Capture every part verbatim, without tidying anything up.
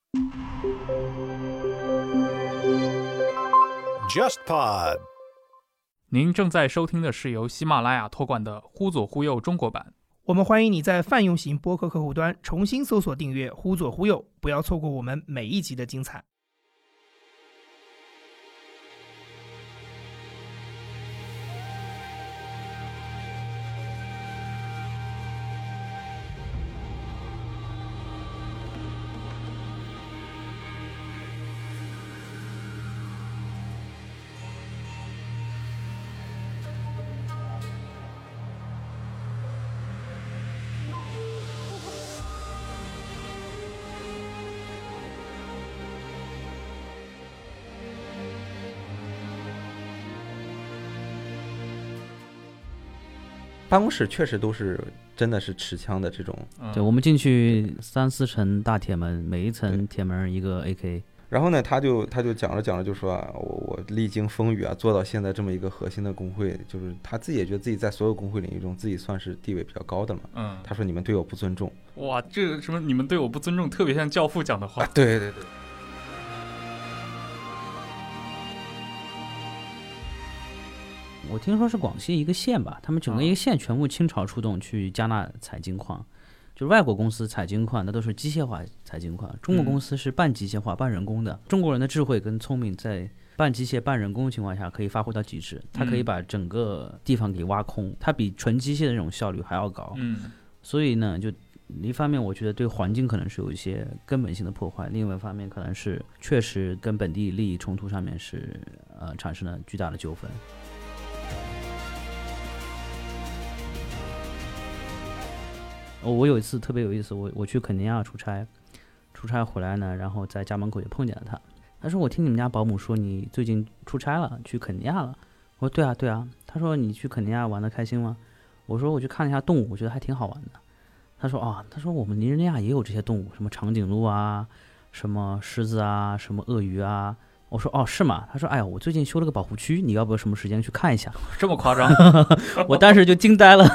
JustPod。 您正在收听的是由喜马拉雅托管的《忽左忽右中国版》。 我们欢迎你在泛用型播客客户端重新搜索订阅《忽左忽右》，不要错过我们每一集的精彩。 办公室确实都是真的是持枪的这种， 对，我们进去三四层大铁门，每一层铁门一个 A K。 然后呢，他就他就讲着讲着就说啊，我我历经风雨啊，做到现在这么一个核心的工会，就是他自己也觉得自己在所有工会领域中自己算是地位比较高的嘛。嗯，他说你们对我不尊重。 哇，这个什么你们对我不尊重，特别像教父讲的话。 啊、对对对。 我听说是广西一个县吧，他们整个一个县全部倾巢出动去加纳采金矿，就是外国公司采金矿那都是机械化采金矿，中国公司是半机械化半人工的、嗯、中国人的智慧跟聪明在半机械半人工的情况下可以发挥到极致，它可以把整个地方给挖空，它比纯机械的这种效率还要高。嗯，所以呢就一方面我觉得对环境可能是有一些根本性的破坏，另外一方面可能是确实跟本地利益冲突上面是呃产生了巨大的纠纷。我有一次特别有意思，我我去肯尼亚出差，出差回来呢，然后在家门口就碰见了他。他说：“我听你们家保姆说你最近出差了，去肯尼亚了。”我说：“对啊，对啊。”他说：“你去肯尼亚玩得开心吗？”我说：“我去看了一下动物，我觉得还挺好玩的。”他说：“哦，他说我们尼日利亚也有这些动物，什么长颈鹿啊，什么狮子啊，什么鳄鱼啊。”我说：“哦，是吗？”他说：“哎呀，我最近修了个保护区，你要不要什么时间去看一下？” 这么夸张？ 我当时就惊呆了。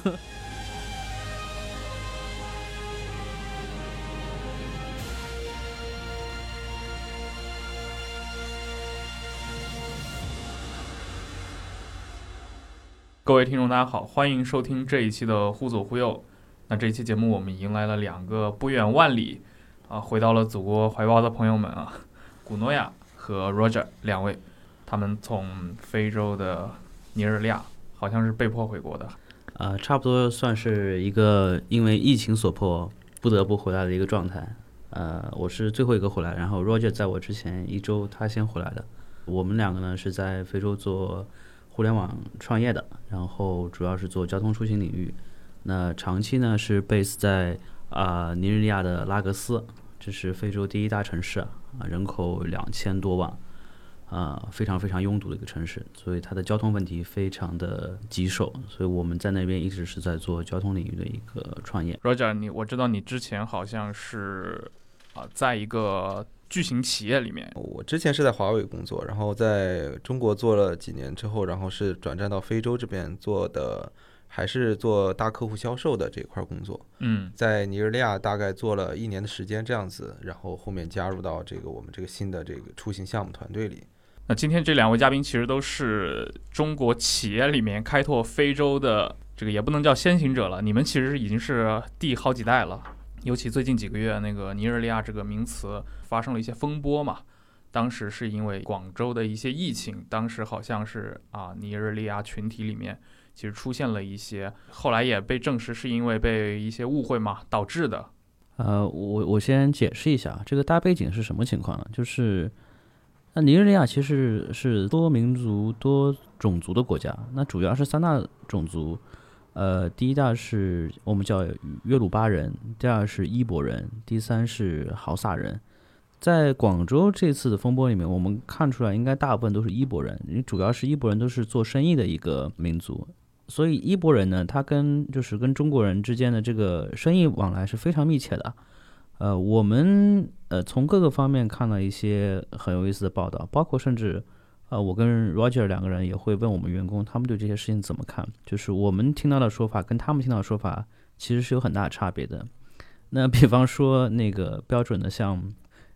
各位听众大家好，欢迎收听这一期的忽左忽右。那这一期节目我们迎来了两个不远万里啊回到了祖国怀抱的朋友们啊，古诺亚和 Roger 两位，他们从非洲的尼日利亚好像是被迫回国的。 呃，差不多算是一个因为疫情所迫不得不回来的一个状态。呃，我是最后一个回来，然后 Roger 在我之前一周他先回来的。我们两个呢是在非洲做互联网创业的，然后主要是做交通出行领域。那长期呢是 base 在啊、呃、尼日利亚的拉各斯，这是非洲第一大城市啊，人口两千多万，啊、呃、非常非常拥堵的一个城市，所以它的交通问题非常的棘手，所以我们在那边一直是在做交通领域的一个创业。 Roger， 你我知道你之前好像是啊、呃、在一个巨型企业里面。 我之前是在华为工作，然后在中国做了几年之后，然后是转战到非洲这边做的，还是做大客户销售的这块工作。嗯，在尼日利亚大概做了一年的时间这样子，然后后面加入到这个我们这个新的这个出行项目团队里。 那今天这两位嘉宾其实都是中国企业里面开拓非洲的这个也不能叫先行者了，你们其实已经是第好几代了。尤其最近几个月，那个尼日利亚这个名词发生了一些风波嘛，当时是因为广州的一些疫情，当时好像是啊尼日利亚群体里面其实出现了一些，后来也被证实是因为被一些误会嘛导致的。 呃，我我先解释一下这个大背景是什么情况呢？就是那尼日利亚其实是多民族多种族的国家，那主要是三大种族。呃，第一大是我们叫约鲁巴人，第二是伊博人，第三是豪萨人。在广州这次的风波里面，我们看出来应该大部分都是伊博人，因为主要是伊博人都是做生意的一个民族，所以伊博人呢，他跟就是跟中国人之间的这个生意往来是非常密切的。呃，我们呃从各个方面看了一些很有意思的报道，包括甚至。呃，我跟 Roger 两个人也会问我们员工，他们对这些事情怎么看？就是我们听到的说法跟他们听到的说法其实是有很大的差别的。那比方说那个标准的像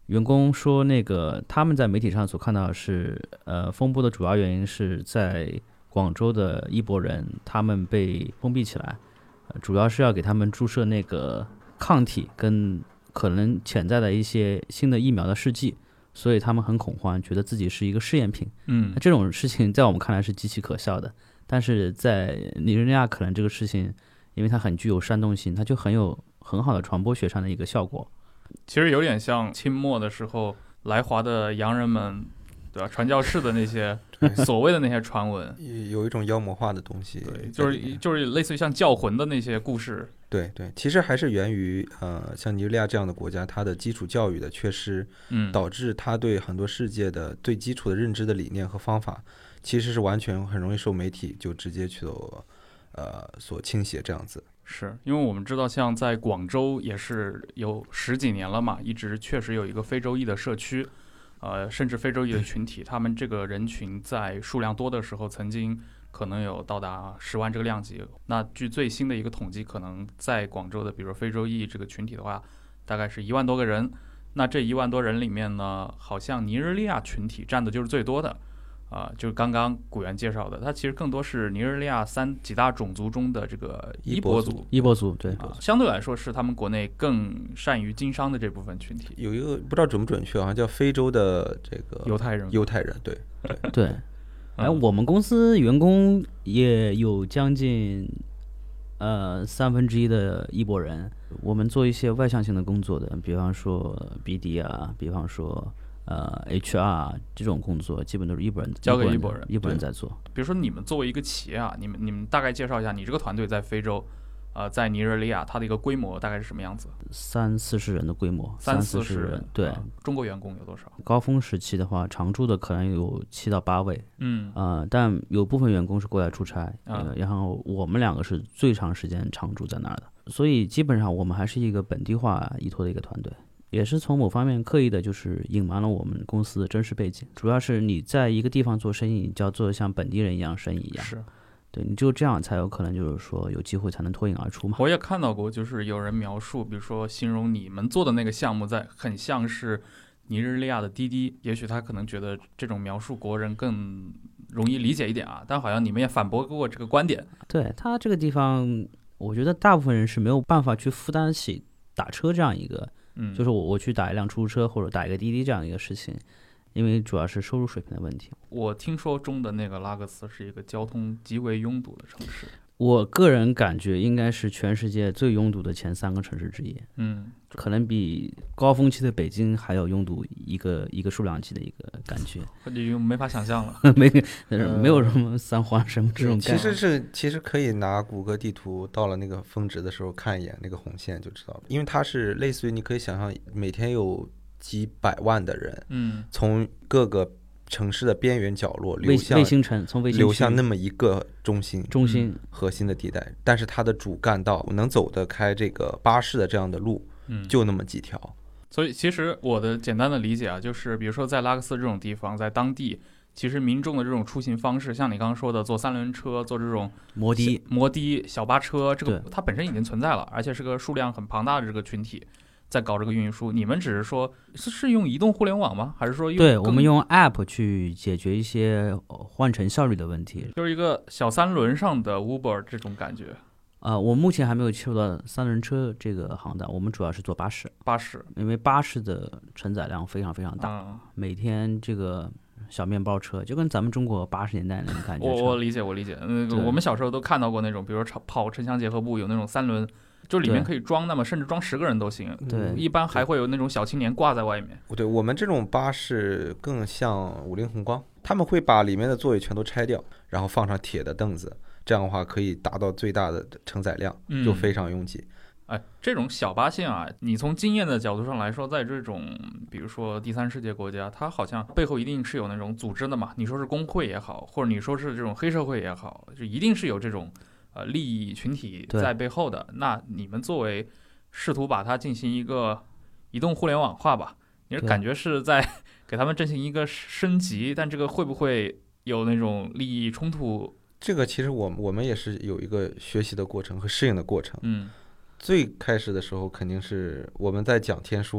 员工说，那个他们在媒体上所看到的是，呃，风波的主要原因是在广州的伊博人，他们被封闭起来，呃、主要是要给他们注射那个抗体跟可能潜在的一些新的疫苗的试剂，所以他们很恐慌，觉得自己是一个试验品。 嗯， 这种事情在我们看来是极其可笑的，但是在尼日利亚可能这个事情，因为它很具有煽动性，它就很有很好的传播学上的一个效果。 其实有点像清末的时候来华的洋人们，对吧？传教士的那些所谓的那些传闻， 有一种妖魔化的东西。 对，就是就是类似于像教魂的那些故事。 对对，其实还是源于呃，像尼日利亚这样的国家，它的基础教育的缺失， 嗯， 导致它对很多世界的最基础的认知的理念和方法，其实是完全很容易受媒体就直接去所呃所倾斜这样子。 是因为我们知道，像在广州也是有十几年了嘛，一直确实有一个非洲裔的社区，呃，甚至非洲裔的群体，他们这个人群在数量多的时候，曾经可能有到达十万这个量级。那据最新的一个统计，可能在广州的，比如说非洲裔这个群体的话，大概是一万多个人。那这一万多人里面呢，好像尼日利亚群体占的就是最多的。啊、呃，就是刚刚古元介绍的，它其实更多是尼日利亚三几大种族中的这个伊博族， 伊博族对、 啊，相对来说是他们国内更善于经商的这部分群体。 有一个不知道准不准确，好像叫非洲的这个犹太人， 犹太人，对对对。哎，我们公司员工也有将近呃三分之一的伊博人，我们做一些外向性的工作的，比方说 B D 啊，比方说。呃 ，H R 这种工作基本都是伊博人交给伊博人， 伊博人在做。 比如说，你们作为一个企业啊，你们你们大概介绍一下，你这个团队在非洲，呃，在尼日利亚，它的一个规模大概是什么样子？ 三四十人的规模， 三四十人，对、 啊。中国员工有多少？ 高峰时期的话，常驻的可能有七到八位， 嗯， 呃，但有部分员工是过来出差， 啊、 呃，然后我们两个是最长时间常驻在那儿的，所以基本上我们还是一个本地化依托的一个团队。也是从某方面刻意的，就是隐瞒了我们公司的真实背景。主要是你在一个地方做生意，你就要做得像本地人一样生意一样。 是， 对，你只有这样才有可能，就是说有机会才能脱颖而出嘛。 我也看到过，就是有人描述，比如说形容你们做的那个项目在很像是尼日利亚的滴滴，也许他可能觉得这种描述国人更容易理解一点啊，但好像你们也反驳过这个观点。 对，他这个地方，我觉得大部分人是没有办法去负担起打车这样一个。 嗯， 就是我我去打一辆出租车或者打一个滴滴这样一个事情，因为主要是收入水平的问题。 我听说中的那个拉各斯是一个交通极为拥堵的城市， 我个人感觉应该是全世界最拥堵的前三个城市之一。 嗯， 可能比高峰期的北京还要拥堵一个一个数量级的一个感觉， 已经没法想象了。 没没有什么三环什么这种概念。 其实是其实可以拿谷歌地图到了那个峰值的时候看一眼那个红线就知道了，因为它是类似于你可以想象每天有几百万的人， 嗯， 从各个城市的边缘角落流向卫星城，从卫星流向那么一个中心中心核心的地带，但是它的主干道能走得开这个巴士的这样的路， 嗯， 就那么几条。 所以其实我的简单的理解啊，就是比如说在拉各斯这种地方，在当地，其实民众的这种出行方式，像你刚刚说的坐三轮车、坐这种摩的、 摩的、小巴车，这个它本身已经存在了，而且是个数量很庞大的这个群体。在搞这个运输，你们只是说是是用移动互联网吗？还是说用？ 对，我们用 App 去解决一些换乘效率的问题， 就是一个小三轮上的 Uber 这种感觉。 啊、呃，我目前还没有切入到三轮车这个行当，我们主要是做巴士。 巴士， 因为巴士的承载量非常非常大， 嗯、 每天这个小面包车就跟咱们中国八十年代那种感觉。 我我理解，我理解。那个我们小时候都看到过那种，比如说跑城乡结合部有那种三轮。就里面可以装，那么甚至装十个人都行。 对， 一般还会有那种小青年挂在外面。 对，我们这种巴士更像五菱宏光，他们会把里面的座位全都拆掉，然后放上铁的凳子，这样的话可以达到最大的承载量，就非常拥挤。 嗯、哎，这种小巴线啊，你从经验的角度上来说，在这种比如说第三世界国家，它好像背后一定是有那种组织的嘛。你说是工会也好，或者你说是这种黑社会也好，就一定是有这种。呃，利益群体在背后的，那你们作为试图把它进行一个移动互联网化吧，你是感觉是在给他们进行一个升级，但这个会不会有那种利益冲突？ 这个其实我我们也是有一个学习的过程和适应的过程。 嗯， 最开始的时候肯定是我们在讲天书一样，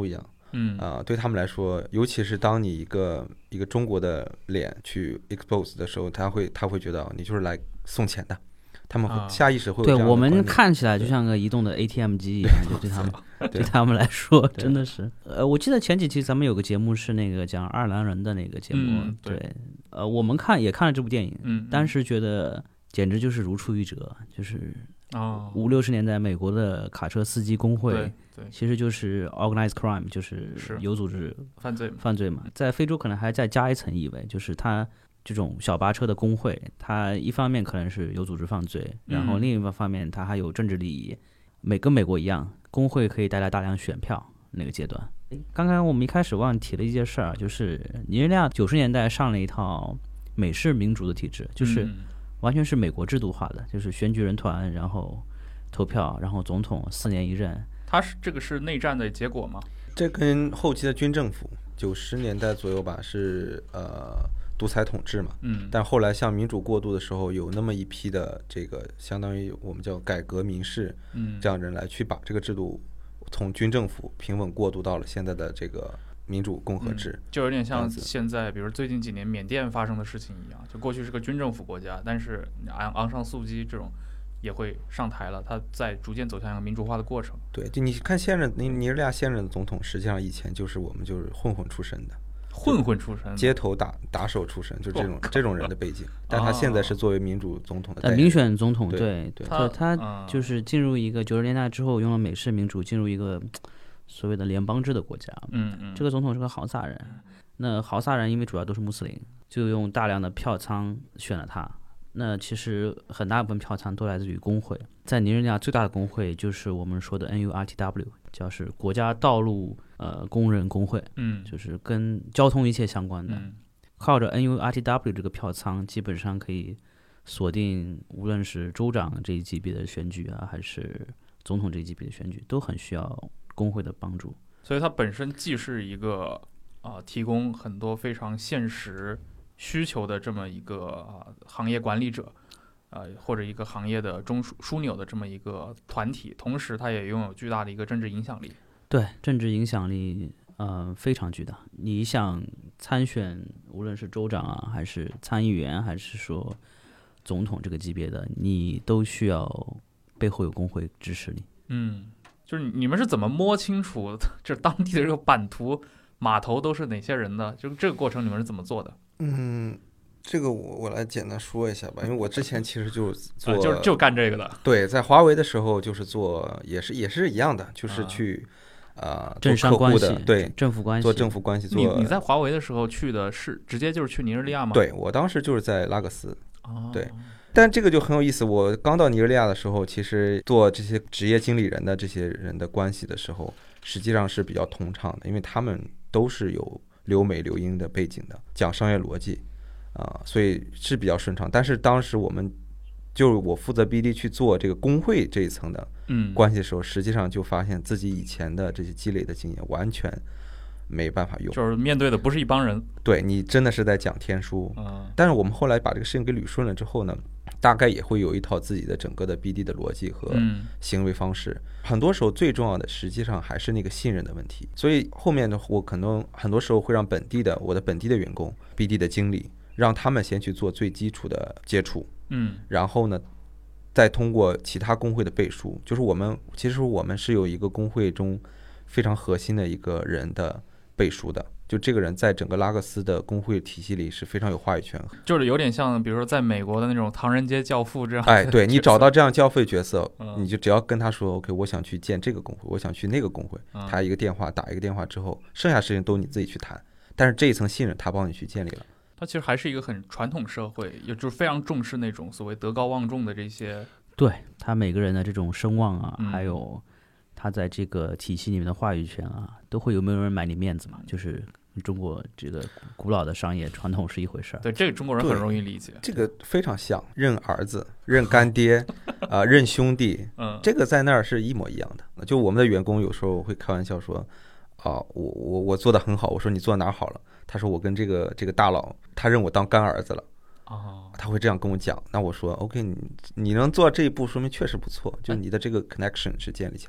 嗯啊、呃，对他们来说，尤其是当你一个一个中国的脸去 expose 的时候，他会他会觉得你就是来送钱的，他们会下意识会有这对我们样的观念看起来就像个移动的 A T M 机一样，就对他们对他们来说真的是。呃，我记得前几期咱们有个节目是那个讲爱尔兰人的那个节目， 嗯、对, 对，呃，我们看也看了这部电影， 嗯， 当时觉得简直就是如出一辙，就是哦， 五六十年代美国的卡车司机工会， 对对， 其实就是 organized crime， 就是有组织犯罪犯罪嘛。在非洲可能还再加一层意味，就是它这种小巴车的工会，它一方面可能是有组织犯罪，然后另一方面它还有政治利益。美跟美国一样，工会可以带来大量选票。那个阶段，刚刚我们一开始忘提了一件事儿，就是尼日利亚九十年代上了一套美式民主的体制，就是完全是美国制度化的，就是选举人团，然后投票，然后总统四年一任。 它是这个是内战的结果吗？ 这跟后期的军政府九十年代左右吧，是呃独裁统治嘛。 嗯。 但后来向民主过渡的时候，有那么一批的这个相当于我们叫改革民士， 嗯， 这样人来去把这个制度从军政府平稳过渡到了现在的这个民主共和制， 嗯、就有点像现在，比如最近几年缅甸发生的事情一样，就过去是个军政府国家，但是昂昂尚素姬这种也会上台了，他在逐渐走向一个民主化的过程。 对，就你看现任尼尼日利亚现任的总统，实际上以前就是我们就是混混出身的。 混混出身， 街头打打手出身，就这种这种人的背景，但他现在是作为民主总统的代言人， 民选总统， 对对对， 他他就是进入一个九十年代之后，用了美式民主，进入一个所谓的联邦制的国家。 嗯嗯， 这个总统是个豪萨人，那豪萨人因为主要都是穆斯林，就用大量的票仓选了他。那其实很大部分票仓都来自于工会，在尼日利亚最大的工会就是我们说的 N U R T W， 叫是国家道路呃工人工会， 嗯， 就是跟交通一切相关的。 嗯、 靠着 N U R T W 这个票仓，基本上可以锁定无论是州长这一级别的选举啊，还是总统这一级别的选举，都很需要工会的帮助。 所以它本身既是一个啊、呃、提供很多非常现实需求的这么一个啊、呃、行业管理者，呃或者一个行业的中枢枢纽的这么一个团体，同时它也拥有巨大的一个政治影响力。 对，政治影响力呃非常巨大。你想参选，无论是州长啊，还是参议员，还是说总统这个级别的，你都需要背后有工会支持你。 嗯，就是你们是怎么摸清楚这当地的这个版图码头都是哪些人的？就这个过程你们是怎么做的？ 嗯，这个我我来简单说一下吧，因为我之前其实就做， 啊、就就干这个的。 对，在华为的时候就是做，也是也是一样的，就是去啊、呃、 政商关系， 对， 政府关系， 做政府关系。做你你在华为的时候去的是直接就是去尼日利亚吗？ 对，我当时就是在拉各斯。 哦， 对。但这个就很有意思，我刚到尼日利亚的时候，其实做这些职业经理人的这些人的关系的时候，实际上是比较通畅的，因为他们都是有留美留英的背景的，讲商业逻辑啊、呃，所以是比较顺畅。但是当时我们就是我负责 B D 去做这个工会这一层的关系的时候， 嗯、 实际上就发现自己以前的这些积累的经验完全没办法用， 就是面对的不是一帮人， 对你真的是在讲天书。 嗯， 但是我们后来把这个事情给捋顺了之后呢，大概也会有一套自己的整个的 B D 的逻辑和行为方式。 嗯、 很多时候最重要的实际上还是那个信任的问题。所以后面呢，我可能很多时候会让本地的我的本地的员工 B D 的经理，让他们先去做最基础的接触， 嗯， 然后呢，再通过其他工会的背书，就是我们其实我们是有一个工会中非常核心的一个人的背书的。就这个人在整个拉各斯的工会体系里是非常有话语权， 就是有点像比如说在美国的那种唐人街教父这样。 哎，对，你找到这样教父角色， 嗯、 你就只要跟他说 OK 我想去建这个工会，我想去那个工会， 嗯、 他一个电话打一个电话之后，剩下事情都你自己去谈，但是这一层信任他帮你去建立了。 他其实还是一个很传统社会，也就是非常重视那种所谓德高望重的这些， 对他每个人的这种声望啊、 嗯、 还有他在这个体系里面的话语权啊，都会有没有人买你面子嘛，就是中国这个古老的商业传统是一回事儿。 对，这个中国人很容易理解。 这个非常像认儿子、认干爹啊、呃、认兄弟， 嗯， 这个在那儿是一模一样的。就我们的员工有时候会开玩笑说，啊、呃，我我我做的很好，我说你做哪好了？他说我跟这个这个大佬，他认我当干儿子了。 哦， 他会这样跟我讲。那我说 OK， 你你能做到这一步，说明确实不错，就你的这个 connection 是建立起来了。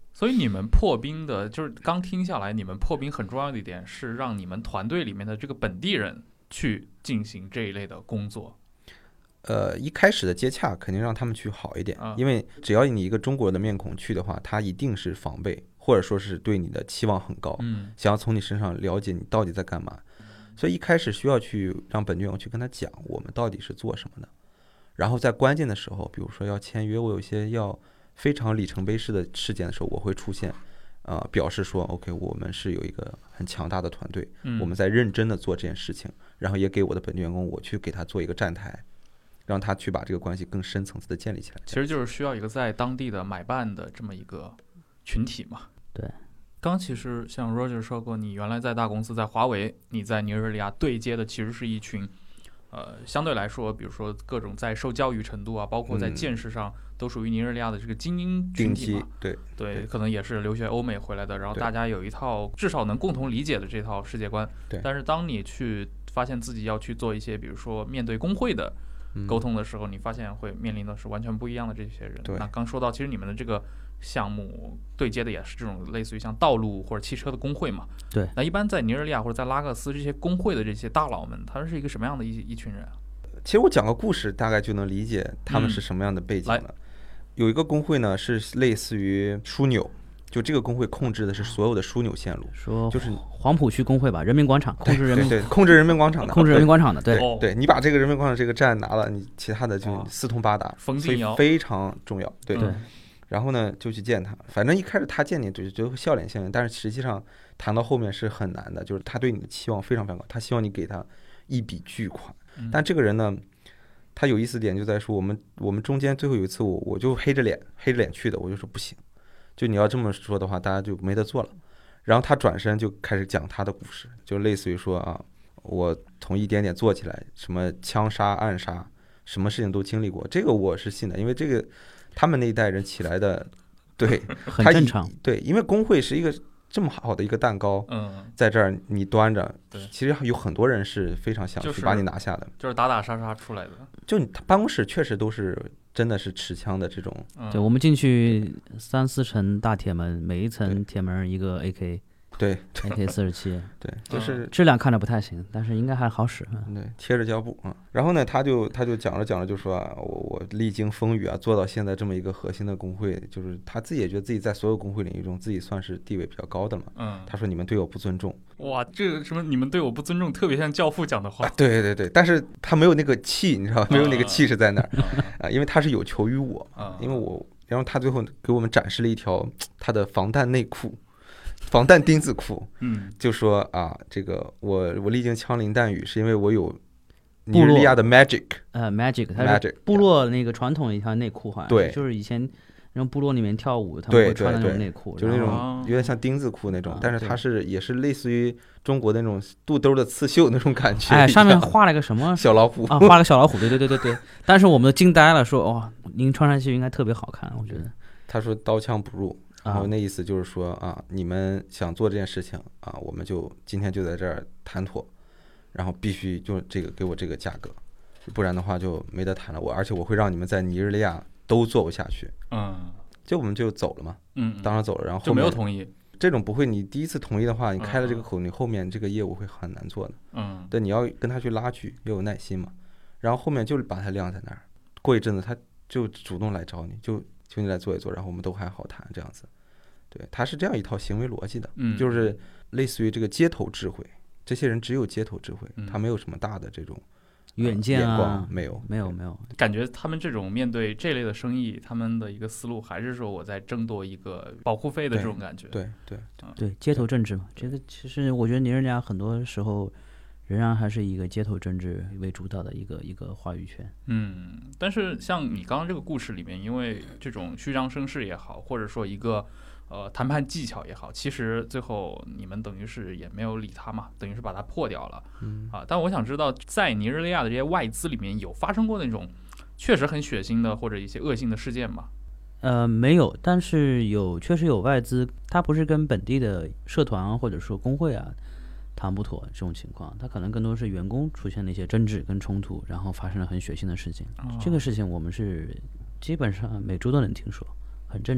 所以你们破冰的，就是刚听下来，你们破冰很重要的一点是让你们团队里面的这个本地人去进行这一类的工作。 呃，一开始的接洽肯定让他们去好一点， 啊、 因为只要你一个中国的面孔去的话，他一定是防备，或者说是对你的期望很高， 嗯， 想要从你身上了解你到底在干嘛。所以一开始需要去让本地员工去跟他讲我们到底是做什么的，然后在关键的时候，比如说要签约，我有一些要非常里程碑式的事件的时候，我会出现，呃，表示说 OK， 我们是有一个很强大的团队， 嗯、 我们在认真的做这件事情，然后也给我的本地员工，我去给他做一个站台，让他去把这个关系更深层次的建立起来。 其实就是需要一个在当地的买办的这么一个群体嘛。 对。 刚其实像 Roger 说过，你原来在大公司，在华为，你在尼日利亚对接的其实是一群，呃，相对来说，比如说各种在受教育程度啊，包括在见识上，都属于尼日利亚的这个精英群体嘛。 对对， 对， 可能也是留学欧美回来的，然后大家有一套至少能共同理解的这套世界观。 对。 但是当你去发现自己要去做一些，比如说面对工会的沟通的时候，嗯、你发现会面临的是完全不一样的这些人。 对。 那刚说到，其实你们的这个项目对接的也是这种类似于像道路或者汽车的工会嘛。 对。 那一般在尼日利亚或者在拉各斯这些工会的这些大佬们，他们是一个什么样的一一群人啊？ 其实我讲个故事，大概就能理解他们是什么样的背景了。嗯、有一个工会呢，是类似于枢纽，就这个工会控制的是所有的枢纽线路， 说就是黄浦区工会吧，人民广场控制人民， 对对，控制人民广场的， 控制人民广场的，对对，对你把这个人民广场这个站拿了，你其他的就四通八达， 所以非常重要。对。 对然后呢，就去见他。反正一开始他见你就就笑脸相迎，但是实际上谈到后面是很难的，就是他对你的期望非常非常高，他希望你给他一笔巨款。但这个人呢，他有意思点就在说，我们我们中间最后有一次我，我我就黑着脸黑着脸去的，我就说不行，就你要这么说的话，大家就没得做了。然后他转身就开始讲他的故事，就类似于说啊，我从一点点做起来，什么枪杀、暗杀，什么事情都经历过。这个我是信的，因为这个他们那一代人起来的，对， 很正常。 对，因为工会是一个这么好的一个蛋糕， 嗯， 在这儿你端着， 对， 其实有很多人是非常想去把你拿下的， 就是打打杀杀出来的。 就你办公室确实都是真的是持枪的这种， 嗯、 对，我们进去三四层大铁门，每一层铁门一个 A K。 对 ，A K 四十七， 对，就是质量看着不太行，但是应该还好使。 对，贴着胶布啊。然后呢，他就他就讲着讲着就说啊，我我历经风雨啊，做到现在这么一个核心的工会，就是他自己也觉得自己在所有工会领域中，自己算是地位比较高的嘛。 嗯， 他说你们对我不尊重。 哇，这个什么你们对我不尊重，特别像教父讲的话。 啊、对对对，但是他没有那个气，你知道，没有那个气势在那儿啊，因为他是有求于我，因为我，然后他最后给我们展示了一条他的防弹内裤。防弹钉子裤， 嗯， 就说啊，这个我我历经枪林弹雨，是因为我有尼日利亚的 magic， 呃 magic， 它是部落那个传统一条内裤，好像对， 就是以前那种部落里面跳舞他们会穿的那种内裤， 就是那种有点像钉子裤那种，但是它是也是类似于中国的那种肚兜的刺绣那种感觉， 哎，上面画了个什么小老虎啊，画了个小老虎，对对对对对，但是我们都惊呆了，说哦，您穿上去应该特别好看，我觉得。 他说刀枪不入。然后那意思就是说啊，你们想做这件事情啊，我们就今天就在这儿谈妥，然后必须就这个给我这个价格，不然的话就没得谈了。我而且我会让你们在尼日利亚都做不下去。 嗯， 就我们就走了嘛。 嗯， 当然走了，然后就没有同意。 这种不会，你第一次同意的话，你开了这个口，你后面这个业务会很难做的。 嗯， 对，你要跟他去拉锯，要有耐心嘛。然后后面就是把他晾在那儿，过一阵子他就主动来找你，就求你来做一做，然后我们都还好谈这样子。对，他是这样一套行为逻辑的， 嗯， 就是类似于这个街头智慧，这些人只有街头智慧， 嗯、 他没有什么大的这种远见啊， 眼光没有， 没有，没有。 感觉他们这种面对这类的生意，他们的一个思路还是说我在争夺一个保护费的这种感觉。 对对对，对，街头政治嘛，这个其实我觉得尼日利亚很多时候仍然还是以一个街头政治为主导的一个一个话语权。 嗯，但是像你刚刚这个故事里面，因为这种虚张声势也好，或者说一个呃谈判技巧也好，其实最后你们等于是也没有理他嘛，等于是把它破掉了。 嗯啊，但我想知道，在尼日利亚的这些外资里面有发生过那种确实很血腥的或者一些恶性的事件吗？ 呃，没有，但是有确实有外资，他不是跟本地的社团或者说工会啊谈不妥这种情况，他可能更多是员工出现了一些争执跟冲突，然后发生了很血腥的事情。 哦、 这个事情我们是基本上每周都能听说，很正常。比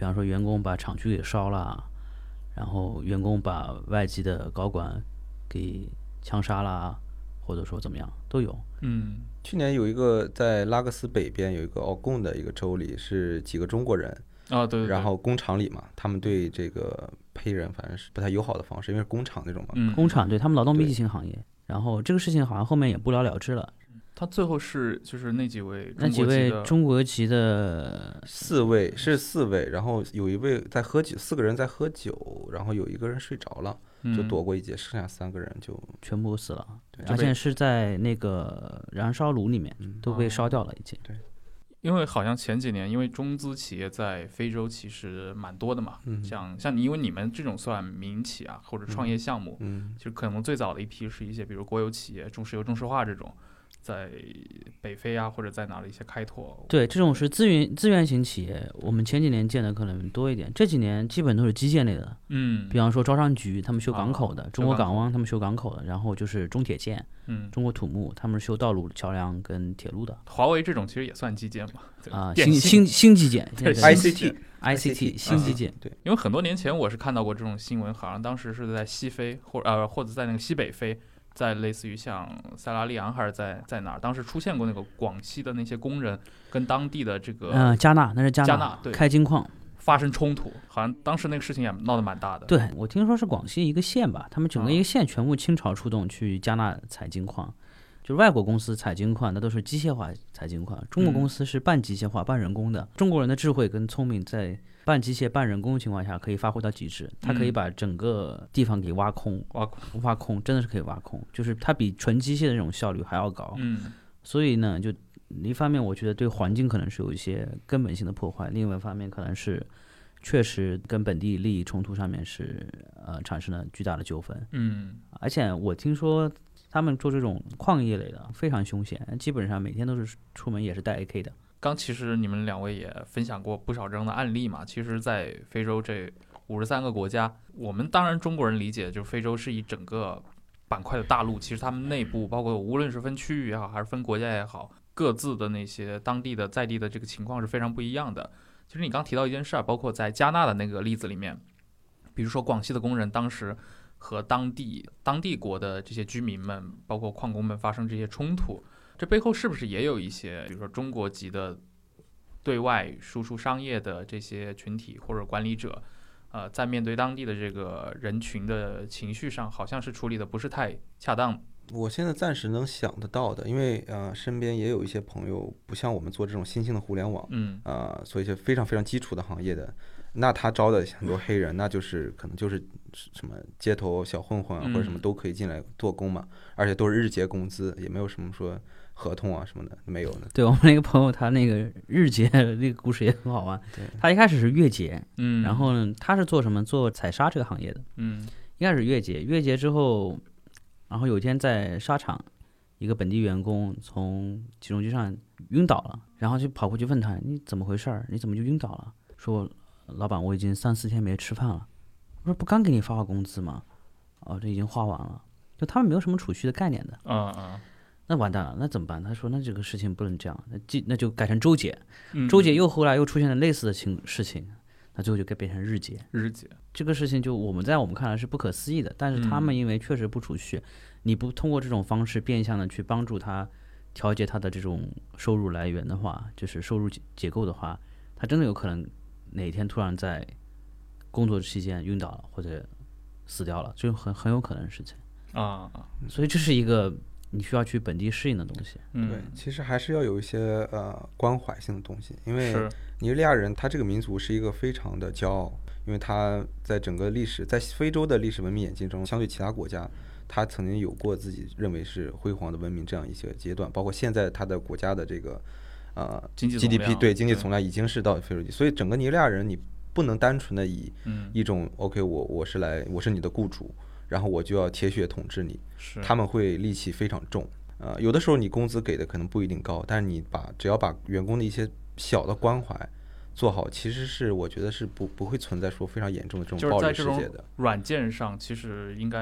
比方说员工把厂区给烧了，然后员工把外籍的高管给枪杀了，或者说怎么样都有。 嗯， 去年有一个在拉各斯北边有一个奥贡的一个州里，是几个中国人啊，对对对， 然后工厂里嘛，他们对这个黑人反正是不太友好的方式，因为是工厂那种嘛。 嗯， 工厂对他们劳动密集型行业，然后这个事情好像后面也不了了之了。 他最后是就是那几位那几位中国籍的四位是四位，然后有一位在喝酒，四个人在喝酒，然后有一个人睡着了，就躲过一劫，剩下三个人就全部死了，而且是在那个燃烧炉里面都被烧掉了已经。 对， 因为好像前几年因为中资企业在非洲其实蛮多的嘛， 嗯、 像像因为你们这种算民企啊或者创业项目， 嗯， 就可能最早的一批是一些比如国有企业中石油、中石化这种。在北非啊，或者在哪的一些开拓， 对，这种是资源资源型企业，我们前几年见的可能多一点，这几年基本都是基建类的， 嗯， 比方说招商局他们修港口的， 啊、 中国港湾他们修港口的，然后就是中铁建， 嗯， 中国土木他们是修道路、桥梁跟铁路的， 华为这种其实也算基建嘛， 啊，新新新基建 ，I C T I C T 新基建， 对， 因为很多年前我是看到过这种新闻，好像当时是在西非或呃或者在那个西北非。在类似于像塞拉利昂还是在在哪儿，当时出现过那个广西的那些工人跟当地的这个嗯、呃、加纳那是加纳加纳对开金矿发生冲突，好像当时那个事情也闹得蛮大的。 对，我听说是广西一个县吧，他们整个一个县全部倾巢出动去加纳采金矿，就是外国公司采金矿那都是机械化采金矿，中国公司是半机械化、嗯、半人工的。中国人的智慧跟聪明在半机械半人工的情况下可以发挥到极致，它可以把整个地方给挖空， 挖空， 挖空，真的是可以挖空，就是它比纯机械的那种效率还要高。 嗯， 所以呢，就一方面我觉得对环境可能是有一些根本性的破坏，另外一方面可能是确实跟本地利益冲突上面是呃产生了巨大的纠纷。 嗯， 而且我听说他们做这种矿业类的非常凶险，基本上每天都是出门也是带 A K 的。 刚其实你们两位也分享过不少这样的案例嘛。其实，在非洲这五十三个国家，我们当然中国人理解就是非洲是一整个板块的大陆，其实他们内部包括无论是分区域也好，还是分国家也好，各自的那些当地的在地的这个情况是非常不一样的。其实你刚提到一件事儿，包括在加纳的那个例子里面，比如说广西的工人当时和当地当地国的这些居民们，包括矿工们发生这些冲突。这背后是不是也有一些，比如说中国籍的对外输出商业的这些群体或者管理者，呃，在面对当地的这个人群的情绪上，好像是处理的不是太恰当？ 我现在暂时能想得到的，因为呃，身边也有一些朋友，不像我们做这种新兴的互联网， 嗯， 啊、呃，做一些非常非常基础的行业的，那他招的很多黑人，那就是可能就是什么街头小混混啊，或者什么都可以进来做工嘛，而且都是日结工资，也没有什么说合同啊什么的，没有的。 对，我们那个朋友他那个日结那个故事也很好玩。他一开始是月结， 嗯， 然后呢，他是做什么？做采砂这个行业的， 嗯， 一开始月结，月结之后，然后有一天在沙场，一个本地员工从起重机上晕倒了，然后就跑过去问他：“你怎么回事儿？你怎么就晕倒了？”说：“老板，我已经三四天没吃饭了。”我说：“不刚给你发好工资吗？”哦，这已经花完了。就他们没有什么储蓄的概念的。 啊啊。 那完蛋了，那怎么办？他说：“那这个事情不能这样，那那就改成周结。 嗯、 周结又后来又出现了类似的情事情，那最后就该变成日结。 日结这个事情就我们在我们看来是不可思议的，但是他们因为确实不储蓄，嗯、你不通过这种方式变相的去帮助他调节他的这种收入来源的话，就是收入结构的话，他真的有可能哪天突然在工作期间晕倒了或者死掉了，这很很有可能的事情啊。 所以这是一个你需要去本地适应的东西。 嗯， 对，其实还是要有一些呃关怀性的东西，因为尼日利亚人他这个民族是一个非常的骄傲，因为他在整个历史，在非洲的历史文明演进中，相对其他国家，他曾经有过自己认为是辉煌的文明这样一些阶段，包括现在他的国家的这个呃 G D P 对经济总量已经是到非洲级，所以整个尼日利亚人你不能单纯的以一种、嗯、OK 我我是来我是你的雇主，然后我就要铁血统治你，他们会戾气非常重。呃，有的时候你工资给的可能不一定高，但是你把只要把员工的一些小的关怀做好，其实是我觉得是不不会存在说非常严重的这种暴力事件的。 就是在这种软件上，其实应该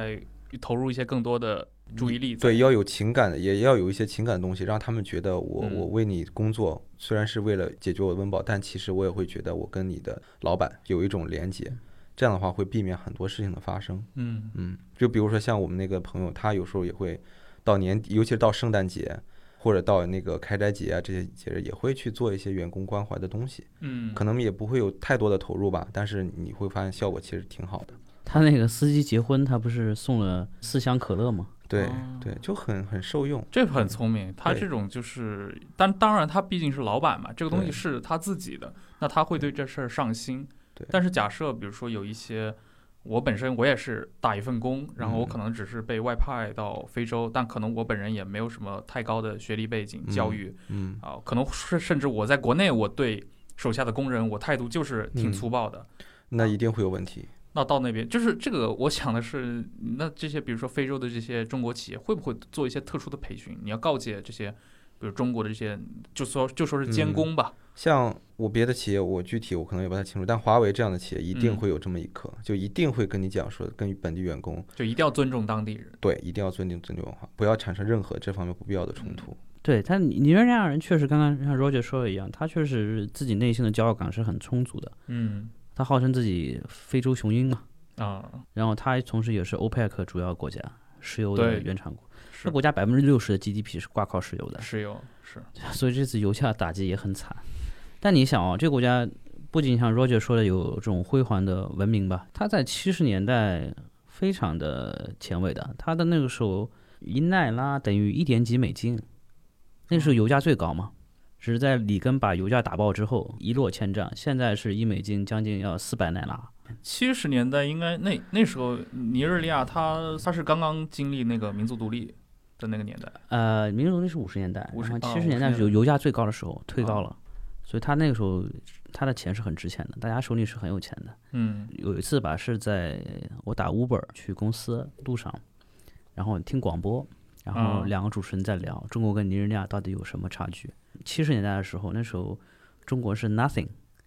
投入一些更多的注意力。 对，要有情感的，也要有一些情感的东西，让他们觉得我、 嗯、 我为你工作，虽然是为了解决我的温饱，但其实我也会觉得我跟你的老板有一种连结。这样的话会避免很多事情的发生。 嗯嗯，就比如说像我们那个朋友，他有时候也会到年底，尤其是到圣诞节或者到那个开斋节啊这些节日，也会去做一些员工关怀的东西。 嗯， 可能也不会有太多的投入吧，但是你会发现效果其实挺好的。 他那个司机结婚，他不是送了四箱可乐吗？ 对、 哦、 对，就很很受用。 这很聪明，他这种就是，但当然他毕竟是老板嘛，这个东西是他自己的，那他会对这事儿上心。但是假设比如说有一些，我本身我也是打一份工，然后我可能只是被外派到非洲，嗯、但可能我本人也没有什么太高的学历背景、嗯、教育， 嗯啊、呃，可能是甚至我在国内我对手下的工人我态度就是挺粗暴的， 嗯、那一定会有问题。 那到那边就是这个，我想的是，那这些比如说非洲的这些中国企业会不会做一些特殊的培训？你要告诫这些。比如中国的这些，就说就说是监工吧、 嗯。像我别的企业，我具体我可能也不太清楚，但华为这样的企业一定会有这么一课，嗯、就一定会跟你讲说，跟本地员工就一定要尊重当地人。 对，一定要尊重本地文化，不要产生任何这方面不必要的冲突。 嗯、对他，尼日利亚人确实，刚刚像 Roger 说的一样，他确实自己内心的骄傲感是很充足的。 嗯， 他号称自己非洲雄鹰嘛。 啊， 然后他同时也是 OPEC 主要国家，石油的原产国。这国家百分之六十的 G D P 是挂靠石油的， 石油是， 所以这次油价打击也很惨。但你想哦，这个国家不仅像 Roger 说的有这种辉煌的文明吧，它在七十年代非常的前卫的。它的那个时候一奈拉等于一点几美金，那时候油价最高嘛。只是在里根把油价打爆之后一落千丈，现在是一美金将近要四百奈拉。 七十年代应该那那时候尼日利亚它它是刚刚经历那个民族独立的那个年代， 呃，民族独立是五十年代，然后七十年代是油价最高的时候，退高了，所以他那个时候他的钱是很值钱的，大家手里是很有钱的。 嗯， 有一次吧，是在我打 Uber 去公司路上，然后听广播，然后两个主持人在聊、嗯、中国跟尼日利亚到底有什么差距。七十年代的时候，那时候中国是 nothing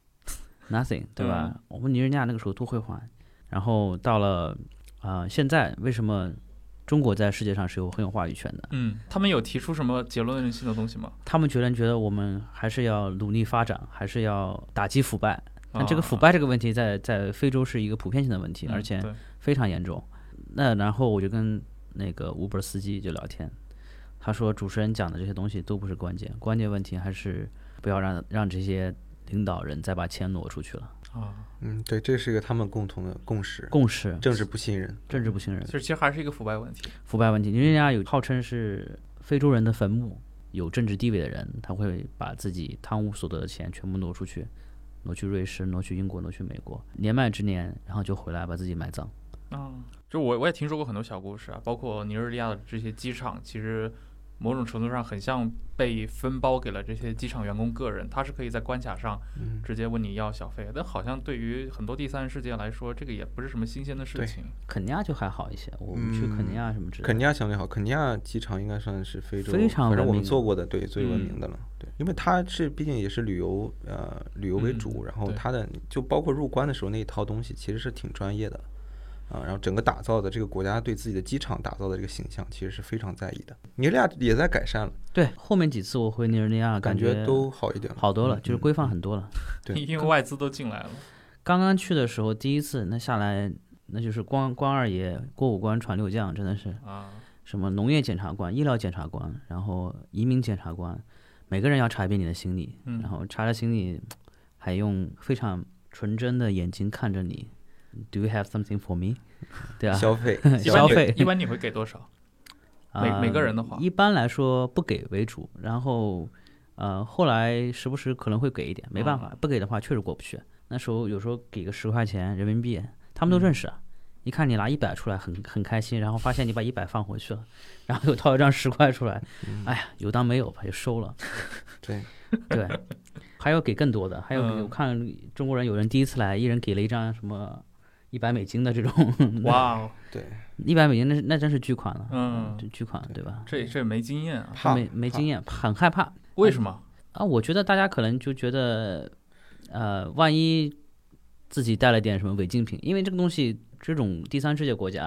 nothing 对吧、嗯、我们尼日利亚那个时候多辉煌。然后到了啊、呃，现在为什么中国在世界上是有很有话语权的？ 嗯，他们有提出什么结论性的东西吗？ 他们觉得觉得我们还是要努力发展，还是要打击腐败。但这个腐败这个问题在在非洲是一个普遍性的问题，而且非常严重。那然后我就跟那个 Uber 司机就聊天，他说主持人讲的这些东西都不是关键，关键问题还是不要让让这些领导人再把钱挪出去了。 啊， 嗯，对，这是一个他们共同的共识。 共识， 政治不信任， 政治不信任， 其实其实还是一个腐败问题。 腐败问题，因为人家有号称是非洲人的坟墓，有政治地位的人，他会把自己贪污所得的钱全部挪出去，挪去瑞士，挪去英国，挪去美国，年迈之年，然后就回来把自己埋葬。 啊，就我我也听说过很多小故事啊，包括尼日利亚的这些机场，其实某种程度上很像被分包给了这些机场员工个人，他是可以在关卡上直接问你要小费，但好像对于很多第三世界来说，这个也不是什么新鲜的事情。 肯尼亚就还好一些，我们去肯尼亚什么之类的。 肯尼亚相对好，肯尼亚机场应该算是非洲非常文明， 反正我们做过的对最文明的了。嗯、对，因为它是毕竟也是旅游呃旅游为主， 嗯、 然后它的就包括入关的时候那一套东西其实是挺专业的。啊，然后整个打造的这个国家对自己的机场打造的这个形象，其实是非常在意的。尼日利亚也在改善了， 对，后面几次我回尼日利亚， 感觉都好一点了， 好多了， 嗯、 就是规范很多了。 对， 因为外资都进来了。 刚刚去的时候，第一次那下来，那就是官官二爷、过五关传六将，真的是啊， 什么农业检察官、医疗检察官，然后移民检察官，每个人要查一遍你的行李， 嗯、 然后查了行李，还用非常纯真的眼睛看着你。Do you have something for me？ 对啊， 消费消费， 一般你会给多少？每、呃、每个人的话， 一般来说不给为主，然后呃后来时不时可能会给一点，没办法，嗯、不给的话确实过不去。那时候有时候给个十块钱人民币，他们都认识啊，嗯、一看你拿一百出来很很开心，然后发现你把一百放回去了，然后又掏一张十块出来，嗯、哎呀有当没有吧，就收了。 对对，还有给更多的，还有、嗯、我看中国人有人第一次来，一人给了一张什么。一百美金的这种， 哇哦， 对， 一百美金那那真是巨款了， 嗯， 就巨款，对吧？ 这这没经验啊， 没没经验，很害怕。 为什么啊？我觉得大家可能就觉得，呃，万一自己带了点什么违禁品，因为这个东西，这种第三世界国家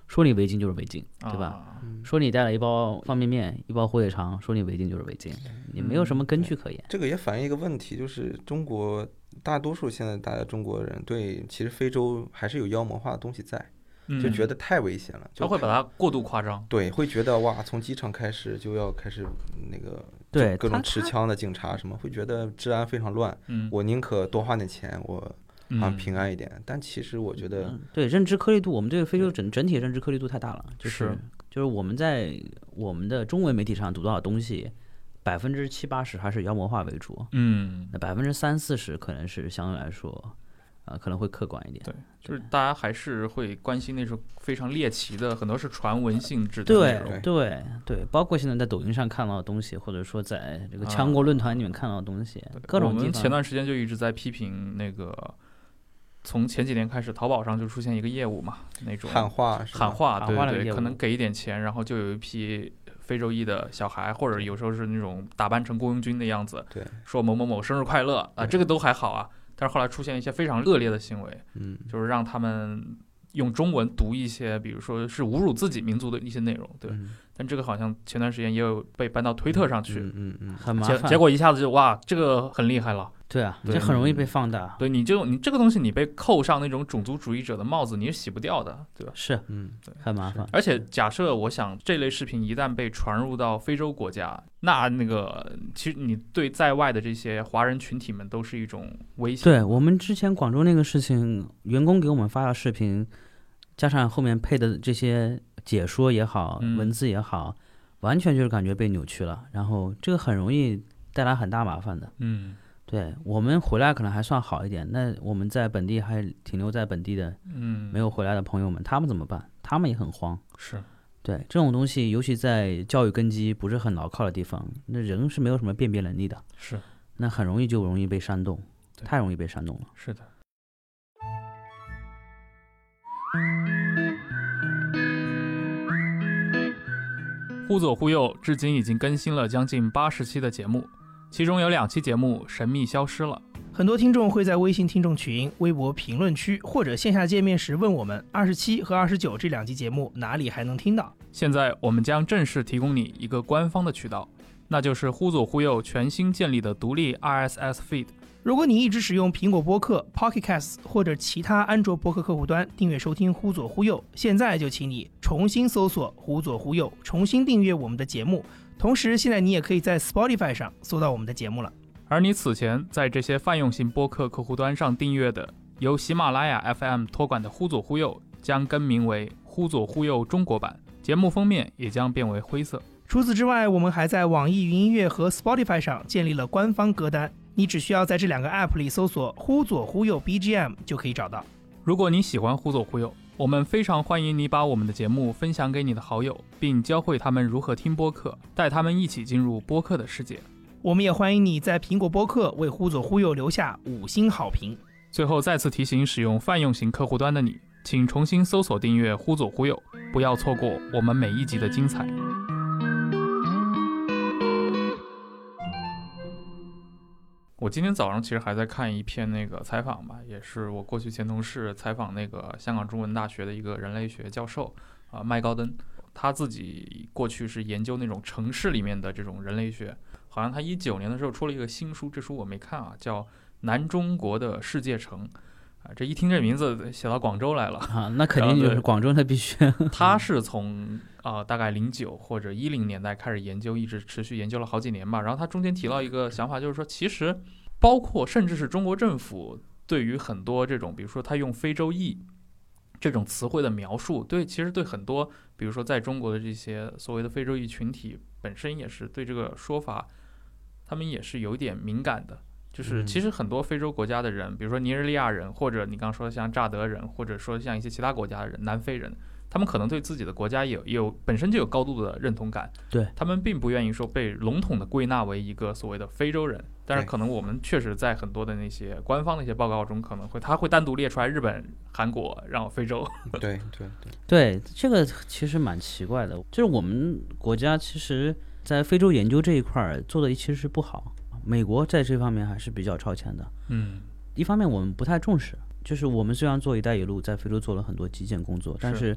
说你违禁就是违禁，对吧？ 啊说你带了一包方便面，一包火腿肠，说你违禁就是违禁，你没有什么根据可言。 这个也反映一个问题，就是中国大多数现在大家中国人对其实非洲还是有妖魔化的东西在，就觉得太危险了， 他会把它过度夸张。 对，会觉得哇，从机场开始就要开始那个对各种持枪的警察什么，会觉得治安非常乱。 嗯， 我宁可多花点钱，我好像平安一点。嗯、但其实我觉得， 嗯、对认知颗粒度，我们对非洲整整体认知颗粒度太大了，就是。是就是我们在我们的中文媒体上读到的东西，百分之七八十还是妖魔化为主， 嗯， 那百分之三四十可能是相对来说，呃，可能会客观一点。 对，就是大家还是会关心那种非常猎奇的，很多是传闻性质的内容。 对对对，包括现在在抖音上看到的东西，或者说在这个强国论坛里面看到的东西，啊、各种地方。 我们前段时间就一直在批评那个。从前几年开始，淘宝上就出现一个业务嘛，那种喊话， 喊话，对对对， 可能给一点钱，然后就有一批非洲裔的小孩，或者有时候是那种打扮成雇佣军的样子， 对， 说某某某生日快乐啊、呃，这个都还好啊。但是后来出现一些非常恶劣的行为， 嗯， 就是让他们用中文读一些，比如说是侮辱自己民族的一些内容，对。嗯、但这个好像前段时间也有被搬到推特上去， 嗯嗯嗯， 很麻烦。 结结果一下子就哇，这个很厉害了。 对啊，这很容易被放大。 对，你就你这个东西，你被扣上那种种族主义者的帽子，你是洗不掉的，对吧？ 是， 嗯， 对， 很麻烦。 而且假设，我想这类视频一旦被传入到非洲国家，那那个其实你对在外的这些华人群体们都是一种威胁。 对，我们之前广州那个事情，员工给我们发的视频，加上后面配的这些解说也好， 嗯、 文字也好，完全就是感觉被扭曲了，然后这个很容易带来很大麻烦的。 嗯。 对，我们回来可能还算好一点，那我们在本地还停留在本地的， 嗯， 没有回来的朋友们，他们怎么办？他们也很慌。 是， 对这种东西，尤其在教育根基不是很牢靠的地方，那人是没有什么辨别能力的， 是， 那很容易就容易被煽动，太容易被煽动了。 是的。忽左忽右至今已经更新了将近八十期的节目。其中有两期节目神秘消失了， 很多听众会在微信听众群、微博评论区或者线下见面时问我们二十七和二十九这两期节目哪里还能听到。 现在我们将正式提供你一个官方的渠道，那就是忽左忽右全新建立的独立 R S S feed。 如果你一直使用苹果播客、Pocket Casts 或者其他安卓播客客户端订阅收听忽左忽右，现在就请你重新搜索忽左忽右，重新订阅我们的节目。同时现在你也可以在 Spotify 上搜到我们的节目了。 而你此前在这些泛用型播客客户端上订阅的由喜马拉雅 F M 托管的忽左忽右将更名为忽左忽右中国版，节目封面也将变为灰色。 除此之外，我们还在网易云音乐和 Spotify 上建立了官方歌单，你只需要在这两个 App 里搜索忽左忽右 B G M 就可以找到。 如果你喜欢忽左忽右，我们非常欢迎你把我们的节目分享给你的好友，并教会他们如何听播客，带他们一起进入播客的世界。 我们也欢迎你在苹果播客为忽左忽右留下五星好评。 最后再次提醒使用泛用型客户端的你，请重新搜索订阅忽左忽右，不要错过我们每一集的精彩。我今天早上其实还在看一篇那个采访吧，也是我过去前同事采访那个香港中文大学的一个人类学教授啊、呃、麦高登，他自己过去是研究那种城市里面的这种人类学，好像他一九年的时候出了一个新书，这书我没看啊，叫《南中国的世界城》啊，这一听这名字写到广州来了啊，那肯定就是广州的必须。 他是从啊、呃、大概零九或者一零年代开始研究，一直持续研究了好几年吧。然后他中间提到一个想法，就是说其实包括甚至是中国政府对于很多这种，比如说他用非洲裔这种词汇的描述，对，其实对很多比如说在中国的这些所谓的非洲裔群体本身也是对这个说法他们也是有点敏感的。就是其实很多非洲国家的人，比如说尼日利亚人，或者你刚刚说的像乍得人，或者说像一些其他国家的人，南非人，他们可能对自己的国家也有也有本身就有高度的认同感， 对， 他们并不愿意说被笼统的归纳为一个所谓的非洲人。但是可能我们确实在很多的那些官方的一些报告中，可能会他会单独列出来日本、韩国，然后非洲。 对对对对，这个其实蛮奇怪的，就是我们国家其实在非洲研究这一块做的其实是不好。美国在这方面还是比较超前的， 嗯， 一方面我们不太重视，就是我们虽然做一带一路，在非洲做了很多基建工作，但是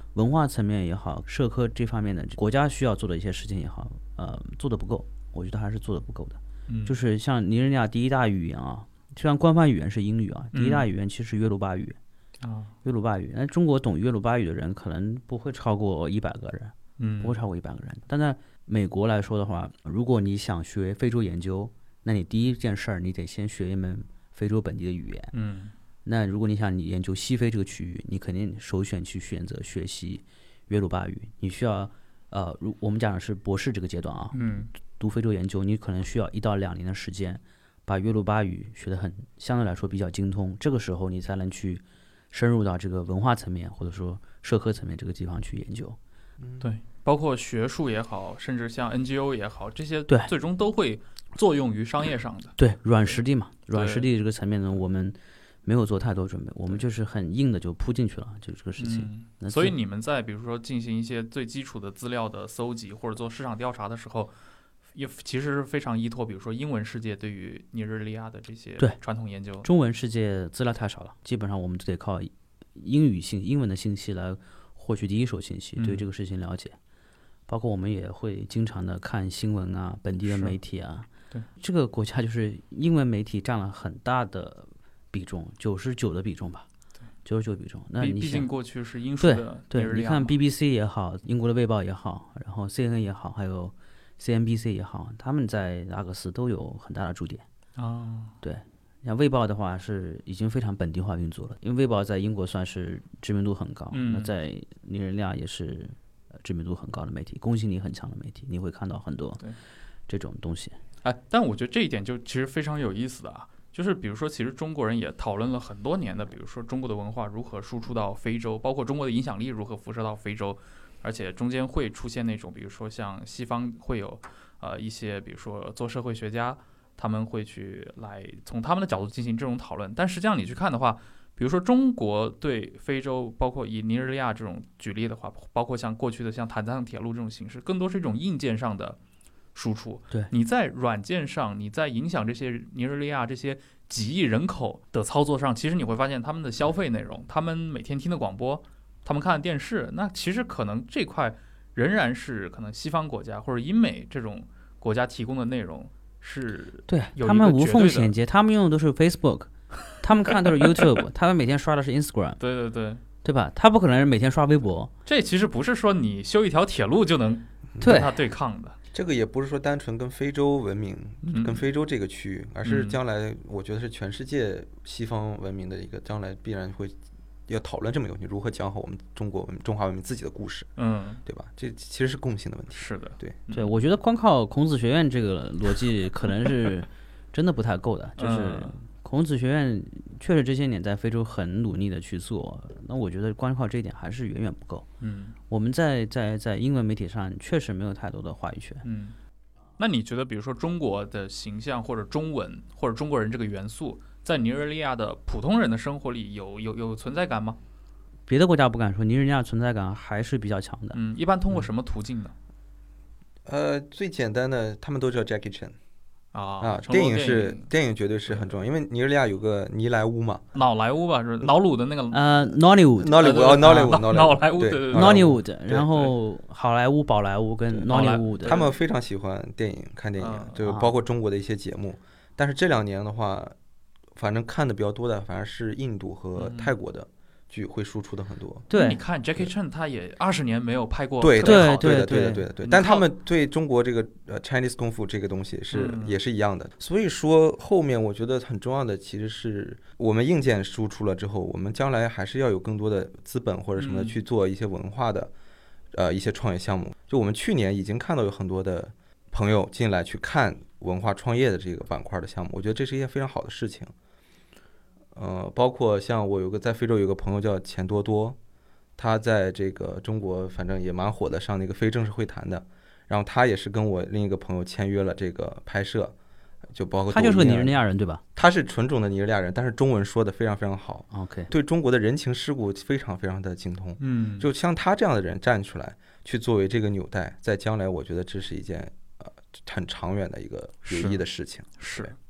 文化层面也好，社科这方面的国家需要做的一些事情也好，呃，做的不够，我觉得还是做的不够的。 嗯， 就是像尼日利亚第一大语言啊，虽然官方语言是英语啊，第一大语言其实是约鲁巴语啊， 约鲁巴语。那中国懂约鲁巴语的人可能不会超过一百个人， 嗯， 不会超过一百个人。但在美国来说的话，如果你想学非洲研究，那你第一件事儿你得先学一门非洲本地的语言。 嗯， 那如果你想你研究西非这个区域，你肯定首选去选择学习约鲁巴语。你需要呃，如我们讲的是博士这个阶段啊， 嗯， 读非洲研究，你可能需要一到两年的时间，把约鲁巴语学得很相对来说比较精通。这个时候你才能去深入到这个文化层面或者说社科层面这个地方去研究。 对，包括学术也好，甚至像 N G O 也好，这些对最终都会作用于商业上的。 对，软实力嘛，软实力这个层面呢，我们没有做太多准备，我们就是很硬的就扑进去了，就这个事情。 嗯、所以你们在比如说进行一些最基础的资料的搜集或者做市场调查的时候，也其实是非常依托，比如说英文世界对于尼日利亚的这些传统研究。 中文世界资料太少了，基本上我们都得靠英语信英文的信息来获取第一手信息，对这个事情了解。嗯、包括我们也会经常的看新闻啊，本地的媒体啊。 对， 这个国家就是英文媒体占了很大的比重，九十九的比重吧。九十九比重，那你毕竟过去是英属的， 对对，你看 B B C 也好，英国的卫报也好，然后 C N N 也好，还有 C N B C 也好，他们在阿克斯都有很大的驻点啊、哦。 对，像卫报的话是已经非常本地化运作了，因为卫报在英国算是知名度很高， 嗯、 那在尼日利亚也是知名度很高的媒体，公信力很强的媒体，你会看到很多这种东西。 哎，但我觉得这一点就其实非常有意思的啊。就是比如说，其实中国人也讨论了很多年的，比如说中国的文化如何输出到非洲，包括中国的影响力如何辐射到非洲，而且中间会出现那种，比如说像西方会有呃一些，比如说做社会学家，他们会去来从他们的角度进行这种讨论。但实际上你去看的话，比如说中国对非洲，包括以尼日利亚这种举例的话，包括像过去的像坦藏铁路这种形式，更多是一种硬件上的输出。 对， 你在软件上，你在影响这些尼日利亚这些几亿人口的操作上，其实你会发现他们的消费内容，他们每天听的广播，他们看的电视，那其实可能这块仍然是可能西方国家或者英美这种国家提供的内容是对他们无缝衔接，他们用的都是 Facebook， 他们看的都是 YouTube， 他们每天刷的是 Instagram， 对对对， 对吧？他不可能每天刷微博。 这其实不是说你修一条铁路就能跟他对抗的。 这个也不是说单纯跟非洲文明、嗯、跟非洲这个区域，而是将来我觉得是全世界西方文明的一个将来必然会要讨论这么一个问题，如何讲好我们中国文明、中华文明自己的故事， 嗯， 对吧？这其实是共性的问题。 是的， 对对，我觉得光靠孔子学院这个逻辑可能是真的不太够的，就是孔子学院确实这些年在非洲很努力的去做，那我觉得光靠这一点还是远远不够。 嗯， 我们在在在英文媒体上确实没有太多的话语权。 嗯，那你觉得，比如说中国的形象或者中文或者中国人这个元素，在尼日利亚的普通人的生活里有有有存在感吗？ 别的国家不敢说，尼日利亚存在感还是比较强的。 嗯，一般通过什么途径呢？ 嗯、呃，最简单的，他们都叫 Jackie Chan。 啊, 啊，电影是电影绝对是很重要，因为尼日利亚有个尼莱乌嘛， 脑莱乌吧，是瑙鲁的那个呃 Nollywood，Nollywood， 哦 Nollywood， 脑莱乌，对对对 Nollywood， 然后好莱坞、宝莱坞跟 Nollywood， 他们非常喜欢电影，看电影，就包括中国的一些节目。但是这两年的话，反正看的比较多的，反而是印度和泰国的剧会输出的很多。 对， 你看 Jackie Chan 他也二十年没有拍过， 对对对对对对对。但他们对中国这个呃 Chinese 功夫这个东西是、 嗯、 也是一样的。所以说后面我觉得很重要的其实是我们硬件输出了之后，我们将来还是要有更多的资本或者什么的去做一些文化的、嗯、呃一些创业项目。就我们去年已经看到有很多的朋友进来去看文化创业的这个板块的项目，我觉得这是一件非常好的事情。呃，包括像我有个在非洲有个朋友叫钱多多，他在这个中国反正也蛮火的，上那个非正式会谈的。然后他也是跟我另一个朋友签约了这个拍摄，就包括他就是个尼日利亚人对吧？ 他是纯种的尼日利亚人，但是中文说的非常非常好。 OK， 对中国的人情世故非常非常的精通。 嗯， 就像他这样的人站出来，去作为这个纽带，在将来我觉得这是一件呃很长远的一个有益的事情。 是， 对。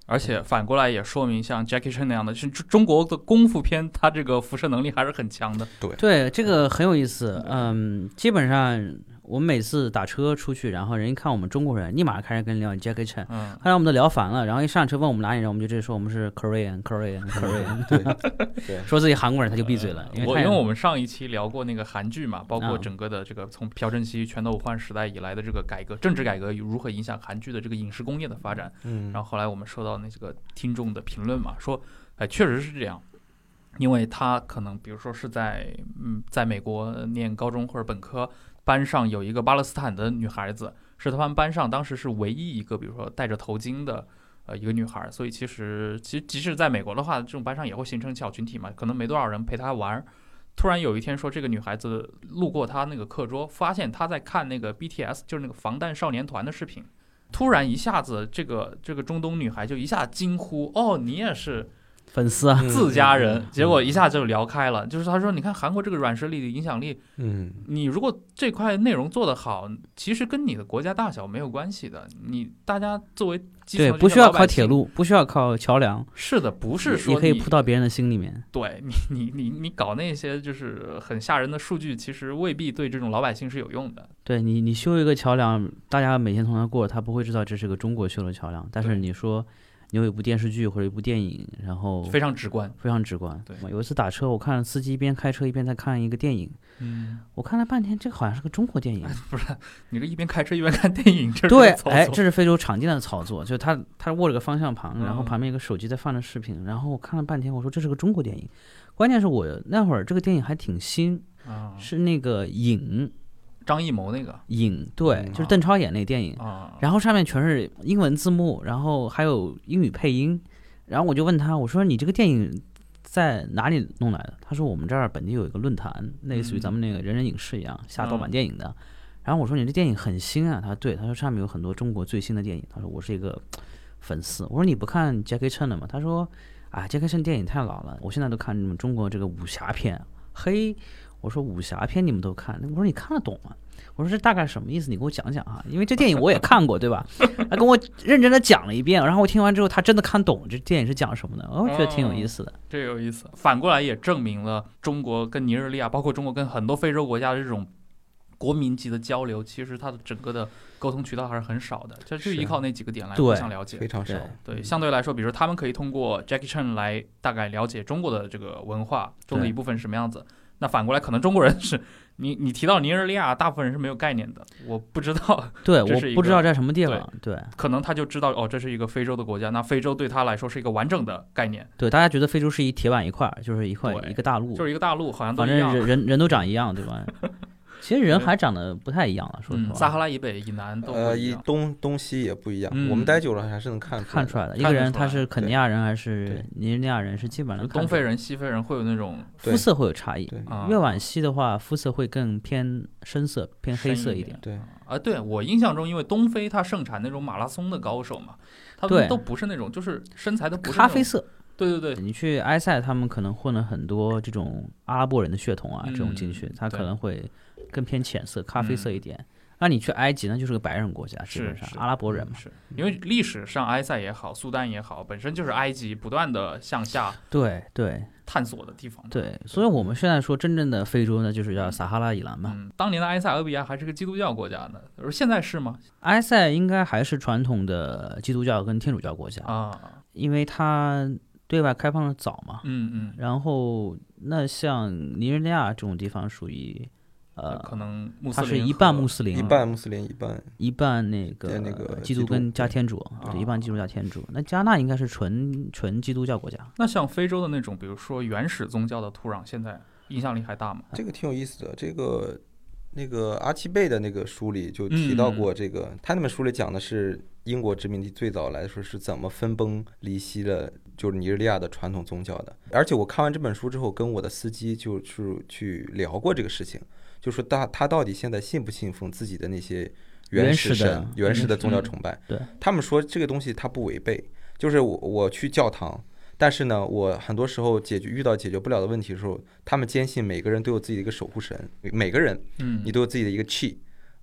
而且反过来也说明，像 Jackie Chan 那样的，是中国的功夫片，它这个辐射能力还是很强的。 对对，这个很有意思。嗯，基本上我们每次打车出去，然后人一看我们中国人，立马开始跟聊 Jackie Chan，嗯，后来我们都聊烦了，然后一上车问我们哪里人，我们就直接说我们是 Korean Korean Korean， 对对， 说自己韩国人他就闭嘴了。 因为我因为我们上一期聊过那个韩剧嘛，包括整个的这个从朴正熙全斗焕时代以来的这个改革，政治改革如何影响韩剧的这个影视工业的发展。嗯，然后后来我们收到那个听众的评论嘛，说，哎，确实是这样。因为他可能，比如说是在嗯，在美国念高中或者本科，班上有一个巴勒斯坦的女孩子，是他们班上当时是唯一一个，比如说戴着头巾的呃一个女孩，所以其实其实即使在美国的话，这种班上也会形成小群体嘛，可能没多少人陪她玩。突然有一天说，这个女孩子路过她那个课桌，发现她在看那个 B T S， 就是那个防弹少年团的视频，突然一下子这个这个中东女孩就一下惊呼：“哦，你也是。” 粉丝啊， 自家人，嗯、结果一下就聊开了。嗯、就是他说，你看韩国这个软实力的影响力， 嗯， 你如果这块内容做得好，其实跟你的国家大小没有关系的。你大家作为基层的对，不需要靠铁路，不需要靠桥梁， 是的，不是说也可以扑到别人的心里面。 对你，你你你搞那些就是很吓人的数据，其实未必对这种老百姓是有用的。 对你，你修一个桥梁，大家每天从那过，他不会知道这是个中国修的桥梁，但是你说。你有一部电视剧或者一部电影，然后非常直观， 非常直观。 对， 有一次打车，我看司机一边开车一边在看一个电影， 嗯， 我看了半天，这个好像是个中国电影。 不是，你这一边开车一边看电影，这是对，哎，这是非洲常见的操作，就是他他握着个方向盘，然后旁边一个手机在放着视频，然后我看了半天，我说这是个中国电影。关键是我那会儿这个电影还挺新， 啊、 是那个影。 张艺谋那个影，对，就是邓超演那个电影， 啊、 然后上面全是英文字幕，然后还有英语配音，然后我就问他，我说你这个电影在哪里弄来的？他说我们这儿本地有一个论坛，类似于咱们那个人人影视一样，下盗版电影的。嗯、然后我说你这电影很新啊，他说对，他说上面有很多中国最新的电影，他说我是一个粉丝。我说你不看 Jackie Chan 的吗？他说啊 Jackie Chan 电影太老了，我现在都看你们中国这个武侠片，嘿。我说武侠片你们都看，我说你看得懂吗？我说这大概什么意思？你给我讲讲哈，因为这电影我也看过，对吧？他跟我认真的讲了一遍，然后我听完之后，他真的看懂这电影是讲什么的，我觉得挺有意思的。 哦、这有意思，反过来也证明了中国跟尼日利亚，包括中国跟很多非洲国家的这种国民级的交流，其实它的整个的沟通渠道还是很少的，这就依靠那几个点来互相了解， 非常少。 对，相对来说，比如他们可以通过 Jackie Chan 来大概了解中国的这个文化，中的一部分是什么样子。那反过来，可能中国人是你你提到尼日利亚，大部分人是没有概念的，我不知道。 对，我不知道在什么地方。 对， 对可能他就知道哦，这是一个非洲的国家，那非洲对他来说是一个完整的概念。 对，大家觉得非洲是一铁板一块，就是一块一个大陆， 就是一个大陆，好像都一样， 反正人人人都长一样，对吧？其实人还长得不太一样了，说实话。 嗯、撒哈拉以北、以南都不一样， 呃，以东东西也不一样。 嗯、 我们待久了还是能看出看出来的。一个人他是肯尼亚人还是尼日利亚人，是基本上东非人、西非人会有那种肤色会有差异。 对， 越往西的话，肤色会更偏深色、偏黑色一点。 对啊，对我印象中，因为东非它盛产那种马拉松的高手嘛，他们都不是那种，就是身材都不是咖啡色。 对对对， 你去埃塞，他们可能混了很多这种阿拉伯人的血统啊， 嗯、 这种进去，他可能会更偏浅色、咖啡色一点。那、嗯、你去埃及，那就是个白人国家，基本上阿拉伯人嘛。 是因为历史上埃塞也好，苏丹也好，本身就是埃及不断的向下对对探索的地方。 对，对所以我们现在说真正的非洲呢，就是叫撒哈拉以南嘛。 嗯，当年的埃塞俄比亚还是个基督教国家呢，而现在是吗？ 埃塞应该还是传统的基督教跟天主教国家啊， 因为它对外开放的早嘛。 嗯嗯。 然后那像尼日利亚这种地方属于。呃， 可能穆斯林它是一半穆斯林， 一半穆斯林，一半一半那个那个基督跟加天主，对，一半基督加天主。那加纳应该是纯纯基督教国家。 那像非洲的那种，比如说原始宗教的土壤，现在影响力还大吗？ 这个挺有意思的。这个那个阿奇贝的那个书里就提到过这个，嗯、他那本书里讲的是英国殖民地最早来说是怎么分崩离析了。就是尼日利亚的传统宗教的，而且我看完这本书之后，跟我的司机就是去聊过这个事情，就说他他到底现在信不信奉自己的那些原始神、原始的宗教崇拜？ 对， 他们说这个东西他不违背，就是我我去教堂，但是呢，我很多时候解决遇到解决不了的问题的时候，他们坚信每个人都有自己的一个守护神，每个人， 嗯， 你都有自己的一个气。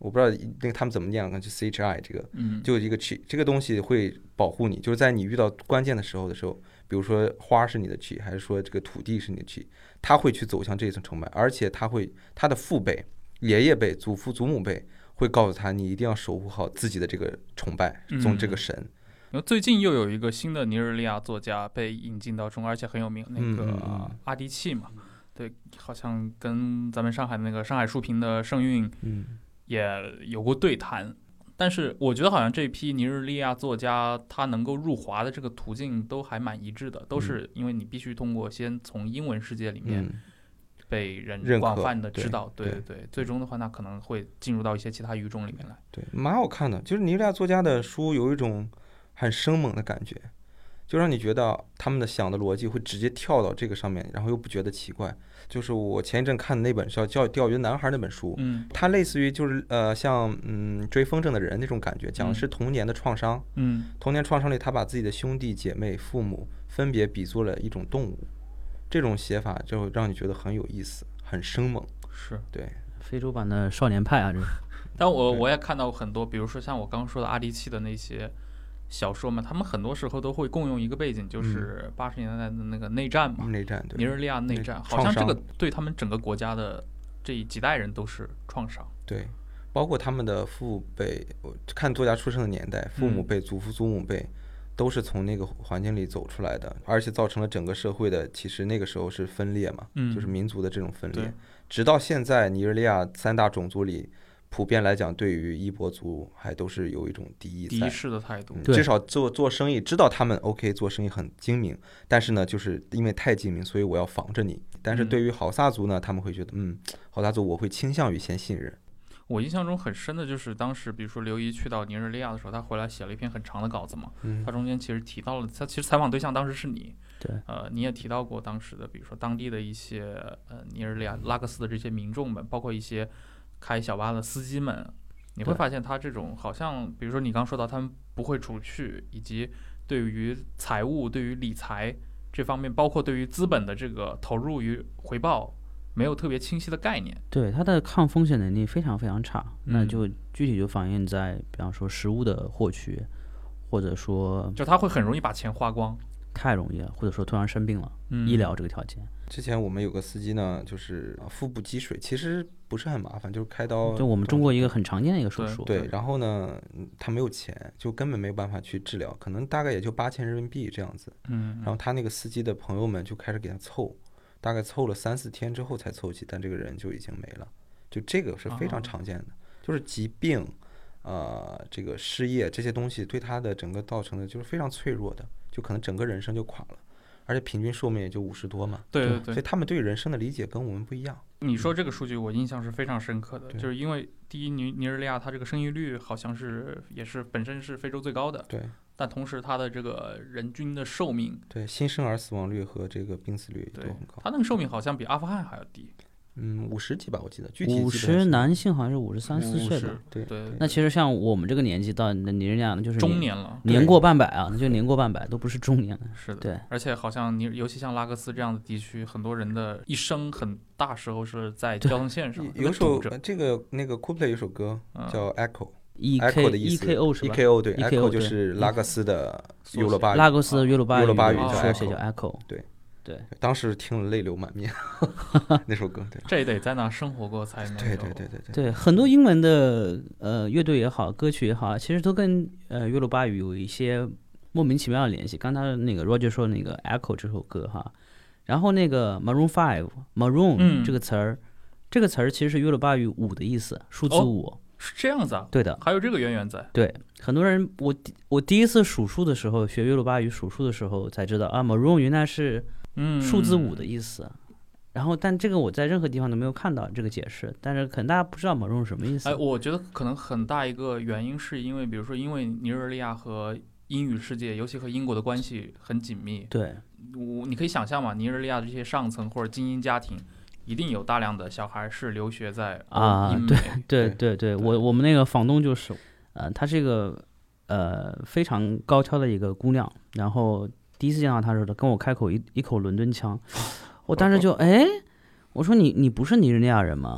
我不知道那个他们怎么念，就 C H I 这个， 嗯， 就一个 chi， 这个东西会保护你，就是在你遇到关键的时候的时候，比如说花是你的 chi， 还是说这个土地是你的 chi， 他会去走向这一层崇拜，而且他会他的父辈、爷爷辈、祖父、祖母辈会告诉他，你一定要守护好自己的这个崇拜，从这个神。 嗯，然后最近又有一个新的尼日利亚作家被引进到中国，而且很有名，那个阿迪契嘛，对，好像跟咱们上海那个上海书评的盛韵也有过对谈。但是我觉得好像这批尼日利亚作家他能够入华的这个途径都还蛮一致的，都是因为你必须通过先从英文世界里面被人广泛的知道，对对 对, 对，最终的话那可能会进入到一些其他语种里面来。 对，蛮好看的，就是尼日利亚作家的书有一种很生猛的感觉，就让你觉得他们的想的逻辑会直接跳到这个上面，然后又不觉得奇怪。就是我前一阵看的那本叫叫《钓鱼男孩》那本书，嗯，它类似于就是呃像嗯追风筝的人那种感觉，讲的是童年的创伤，嗯，童年创伤里他把自己的兄弟姐妹、父母分别比作了一种动物，这种写法就让你觉得很有意思，很生猛， 是对非洲版的少年派啊，这是。 但我我也看到很多，比如说像我刚刚说的阿迪契的那些小说嘛，他们很多时候都会共用一个背景，就是八十年代的那个内战嘛， 内战，对， 尼日利亚内战，好像这个对他们整个国家的这几代人都是创伤。 对，包括他们的父辈，看作家出生的年代，父母辈、祖父祖母辈，都是从那个环境里走出来的，而且造成了整个社会的，其实那个时候是分裂嘛，嗯、就是民族的这种分裂。直到现在，尼日利亚三大种族里，普遍来讲，对于伊博族还都是有一种敌意在， 敌视的态度。 嗯、至少做做生意，知道他们 OK 做生意很精明，但是呢，就是因为太精明，所以我要防着你。但是对于豪萨族呢，他们会觉得，嗯，豪萨族我会倾向于先信任。 我印象中很深的就是当时，比如说刘怡去到尼日利亚的时候，他回来写了一篇很长的稿子嘛。嗯。他中间其实提到了，他其实采访对象当时是你。 对。 呃，你也提到过当时的，比如说当地的一些呃尼日利亚拉各斯的这些民众们，包括一些开小巴的司机们，你会发现他这种好像，比如说你刚说到他们不会储蓄，以及对于财务、对于理财这方面，包括对于资本的这个投入与回报，没有特别清晰的概念。 对，他的抗风险能力非常非常差，嗯、那就具体就反映在比方说食物的获取，或者说就他会很容易把钱花光， 太容易了，或者说突然生病了，嗯、医疗这个条件。 之前我们有个司机呢，就是腹部积水，其实不是很麻烦，就是开刀。 就我们中国一个很常见的一个手术。 对，对，然后呢，他没有钱，就根本没有办法去治疗，可能大概也就八千人民币这样子。嗯。然后他那个司机的朋友们就开始给他凑，大概凑了三四天之后才凑齐，但这个人就已经没了。就这个是非常常见的，哦、就是疾病，呃，这个失业这些东西对他的整个造成的就是非常脆弱的，就可能整个人生就垮了。而且平均寿命也就五十多嘛， 对对对， 所以他们对人生的理解跟我们不一样。 你说这个数据我印象是非常深刻的，就是因为第一尼尼日利亚它这个生育率好像是也是本身是非洲最高的， 对， 但同时它的这个人均的寿命， 对，新生儿死亡率和这个病死率都很高， 它那个寿命好像比阿富汗还要低。 嗯，五十几吧，我记得具体五十男性好像是五十三四岁吧， 对对。 那其实像我们这个年纪到尼日利亚，就是中年了， 年过半百啊，那就年过半百，都不是中年了。 是的， 对。 而且好像你尤其像拉各斯这样的地区，很多人的一生很大时候是在交通线上。 有首这个那个 Coldplay 有首歌叫 Echo。E K 的意思 E K O 是吧 ？E K O 对 ，Echo 就是拉各斯的优罗巴语， 拉各斯的优罗巴语， 优罗巴语缩写叫 Echo。 对对， 当时听了泪流满面，那首歌。对， 这也得在那生活过才能。 对对对对对。对，很多英文的呃乐队也好，歌曲也好，其实都跟呃优罗巴语有一些莫名其妙的联系。刚才那个 Roger 说那个 Echo 这首歌哈，然后那个 Maroon Five Maroon 这个词儿，嗯、这个词儿其实是优罗巴语五的意思，数字五。 哦，是这样子啊？ 对的， 还有这个渊源在。 对，很多人我我第一次数数的时候，学约鲁巴语数数的时候才知道啊 ，Maroon 原来是数字五的意思。嗯、然后，但这个我在任何地方都没有看到这个解释，但是可能大家不知道 Maroon 什么意思。 哎，我觉得可能很大一个原因是因为，比如说，因为尼日利亚和英语世界，尤其和英国的关系很紧密。 对， 我你可以想象嘛，尼日利亚的这些上层或者精英家庭。一定有大量的小孩是留学在啊，对对对对，我我们那个房东就是，呃，她是一个呃非常高挑的一个姑娘，然后第一次见到她的时候，跟我开口一一口伦敦腔，我当时就哎，我说你你不是尼日利亚人吗？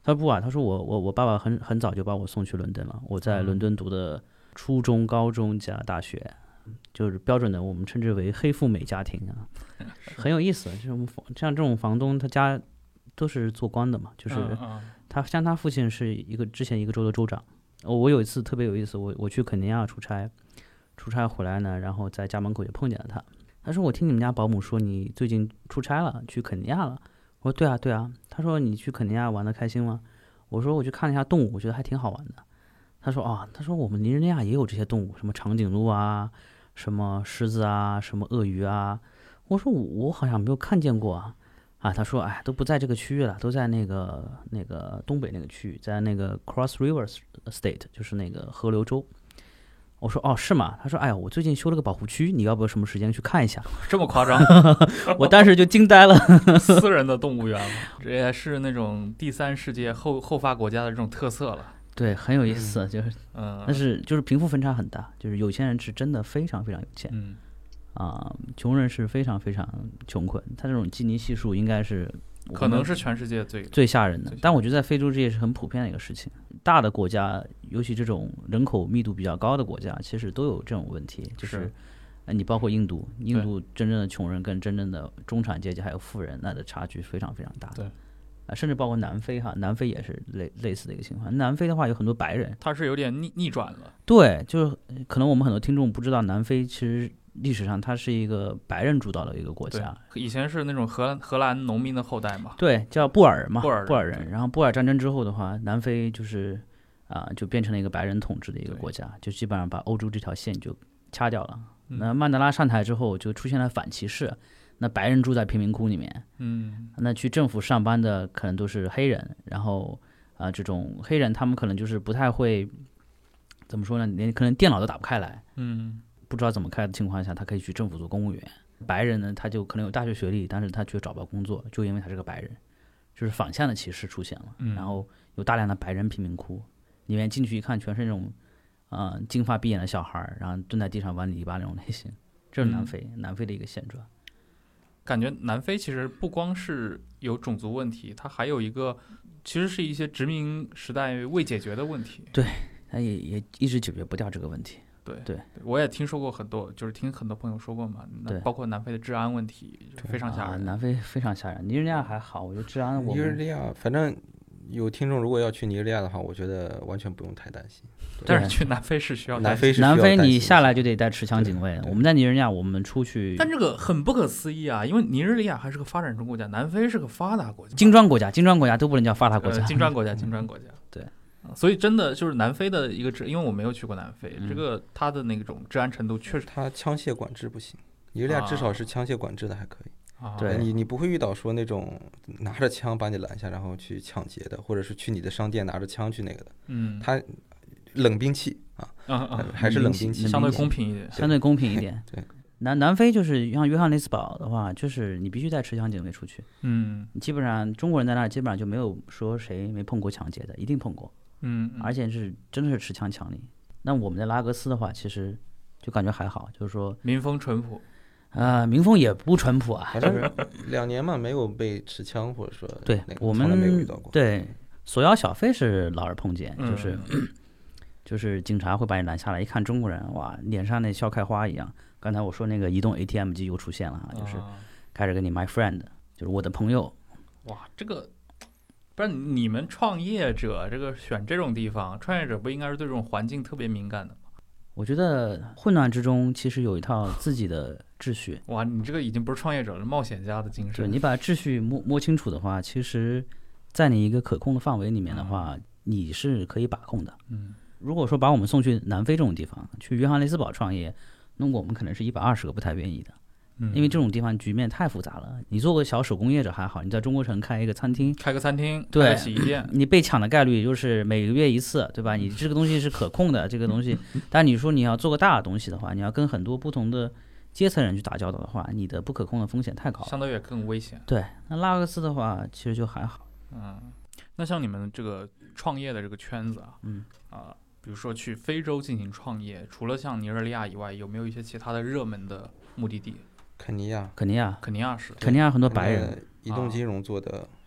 他说不啊，他说我我我爸爸很很早就把我送去伦敦了，我在伦敦读的初中、高中加大学，就是标准的我们称之为黑富美家庭啊，很有意思。这种像这种房东，他家都是做官的嘛，就是他像他父亲是一个之前一个州的州长。我有一次特别有意思，我我去肯尼亚出差，出差回来呢，然后在家门口就碰见了他。他说：“我听你们家保姆说你最近出差了，去肯尼亚了。”我说：“对啊，对啊。”他说：“你去肯尼亚玩的开心吗？”我说：“我去看了一下动物，我觉得还挺好玩的。”他说：“啊，他说我们尼日利亚也有这些动物，什么长颈鹿啊，什么狮子啊，什么鳄鱼啊。”我说：“我我好像没有看见过啊。”啊，他说：“哎，都不在这个区域了，都在那个那个东北那个区域，在那个 Cross River State， 就是那个河流州。”我说哦是吗？他说哎呀，我最近修了个保护区，你要不要什么时间去看一下？ 这么夸张？ 我当时就惊呆了。 私人的动物园嘛，这也是那种第三世界后后发国家的这种特色了。 对，很有意思，嗯、就是， 嗯， 但是就是贫富分差很大，就是有钱人是真的非常非常有钱， 嗯， 啊，穷人是非常非常穷困，他这种基尼系数应该是。 可能是全世界最最吓人的，但我觉得在非洲这也是很普遍的一个事情。大的国家，尤其这种人口密度比较高的国家，其实都有这种问题。就是，呃，你包括印度，印度真正的穷人跟真正的中产阶级还有富人，那的差距非常非常大。 对， 啊，甚至包括南非哈，南非也是类类似的一个情况。南非的话有很多白人， 它是有点逆逆转了。 对，就是可能我们很多听众不知道，南非其实。历史上它是一个白人主导的一个国家， 以前是那种荷兰荷兰农民的后代嘛， 对，叫布尔嘛， 布尔布尔人。然后布尔战争之后的话，南非就是啊、呃，就变成了一个白人统治的一个国家，就基本上把欧洲这条线就掐掉了。那曼德拉上台之后，就出现了反歧视，那白人住在贫民窟里面， 嗯， 那去政府上班的可能都是黑人，然后啊、呃，这种黑人他们可能就是不太会怎么说呢，连可能电脑都打不开来， 嗯。 不知道怎么开的情况下，他可以去政府做公务员。白人呢，他就可能有大学学历，但是他却找不到工作，就因为他是个白人，就是反向的歧视出现了。 嗯、 然后有大量的白人贫民窟，里面进去一看，全是那种，呃，金发碧眼的小孩，然后蹲在地上玩泥巴那种类型。这是南非，嗯、南非的一个现状。 感觉南非其实不光是有种族问题，它还有一个，其实是一些殖民时代未解决的问题。 对，它也也一直解决不掉这个问题。 对对， 我也听说过很多，就是听很多朋友说过嘛，那包括南非的治安问题非常吓人。 啊、南非非常吓人，尼日利亚还好，我觉得治安我。 尼日利亚，反正有听众如果要去尼日利亚的话，我觉得完全不用太担心。 但是去南非是需要南非是南非你下来就得带持枪警卫。我们在尼日利亚，我们出去， 但这个很不可思议啊，因为尼日利亚还是个发展中国家，南非是个发达国家， 金砖国家，金砖国家都不能叫发达国家， 呃、金砖国家，金砖国家， 对。 所以真的就是南非的一个治，因为我没有去过南非，嗯、这个它的那种治安程度确实， 它枪械管制不行，尼日利亚至少是枪械管制的还可以。 啊、 对你你不会遇到说那种拿着枪把你拦下然后去抢劫的，或者是去你的商店拿着枪去那个的。 嗯， 它冷兵器啊， 啊啊还是冷兵器， 相对公平一点， 相对公平一点。 对， 南南非就是像约翰内斯堡的话，就是你必须带持枪警卫出去。 嗯， 基本上中国人在那儿基本上就没有说谁没碰过抢劫的，一定碰过。 嗯， 而且是真的是持枪抢你。那我们在拉各斯的话，其实就感觉还好，就是说民风淳朴， 啊、呃，民风也不淳朴啊。 反正两年嘛，没有被持枪或者说对我们没有遇到过。 对索要小费是老是碰见，就是、 嗯、 就是警察会把你拦下来，一看中国人，哇，脸上那笑开花一样。刚才我说那个移动 A T M 机又出现了啊，就是开始跟你 my friend， 就是我的朋友。 哇，这个。不是你们创业者这个选这种地方，创业者不应该是对这种环境特别敏感的吗？ 我觉得混乱之中其实有一套自己的秩序。 哇，你这个已经不是创业者了，冒险家的精神。 对，你把秩序摸摸清楚的话，其实在你一个可控的范围里面的话，嗯、你是可以把控的。 嗯， 如果说把我们送去南非这种地方，去约翰内斯堡创业，那我们可能是一百二十个不太愿意的。因为这种地方局面太复杂了，你做个小手工业者还好，你在中国城开一个餐厅， 开个餐厅， 对， 开个洗衣店， 你被抢的概率就是每个月一次，对吧？你这个东西是可控的，这个东西，但你说你要做个大的东西的话，你要跟很多不同的阶层人去打交道的话，你的不可控的风险太高了， 相对也更危险。 对，那拉各斯的话其实就还好。 嗯，那像你们这个创业的这个圈子啊， 嗯啊，比如说去非洲进行创业，除了像尼日利亚以外，有没有一些其他的热门的目的地？ 肯尼亚， 肯尼亚， 肯尼亚是， 肯尼亚很多白人， 移动金融做的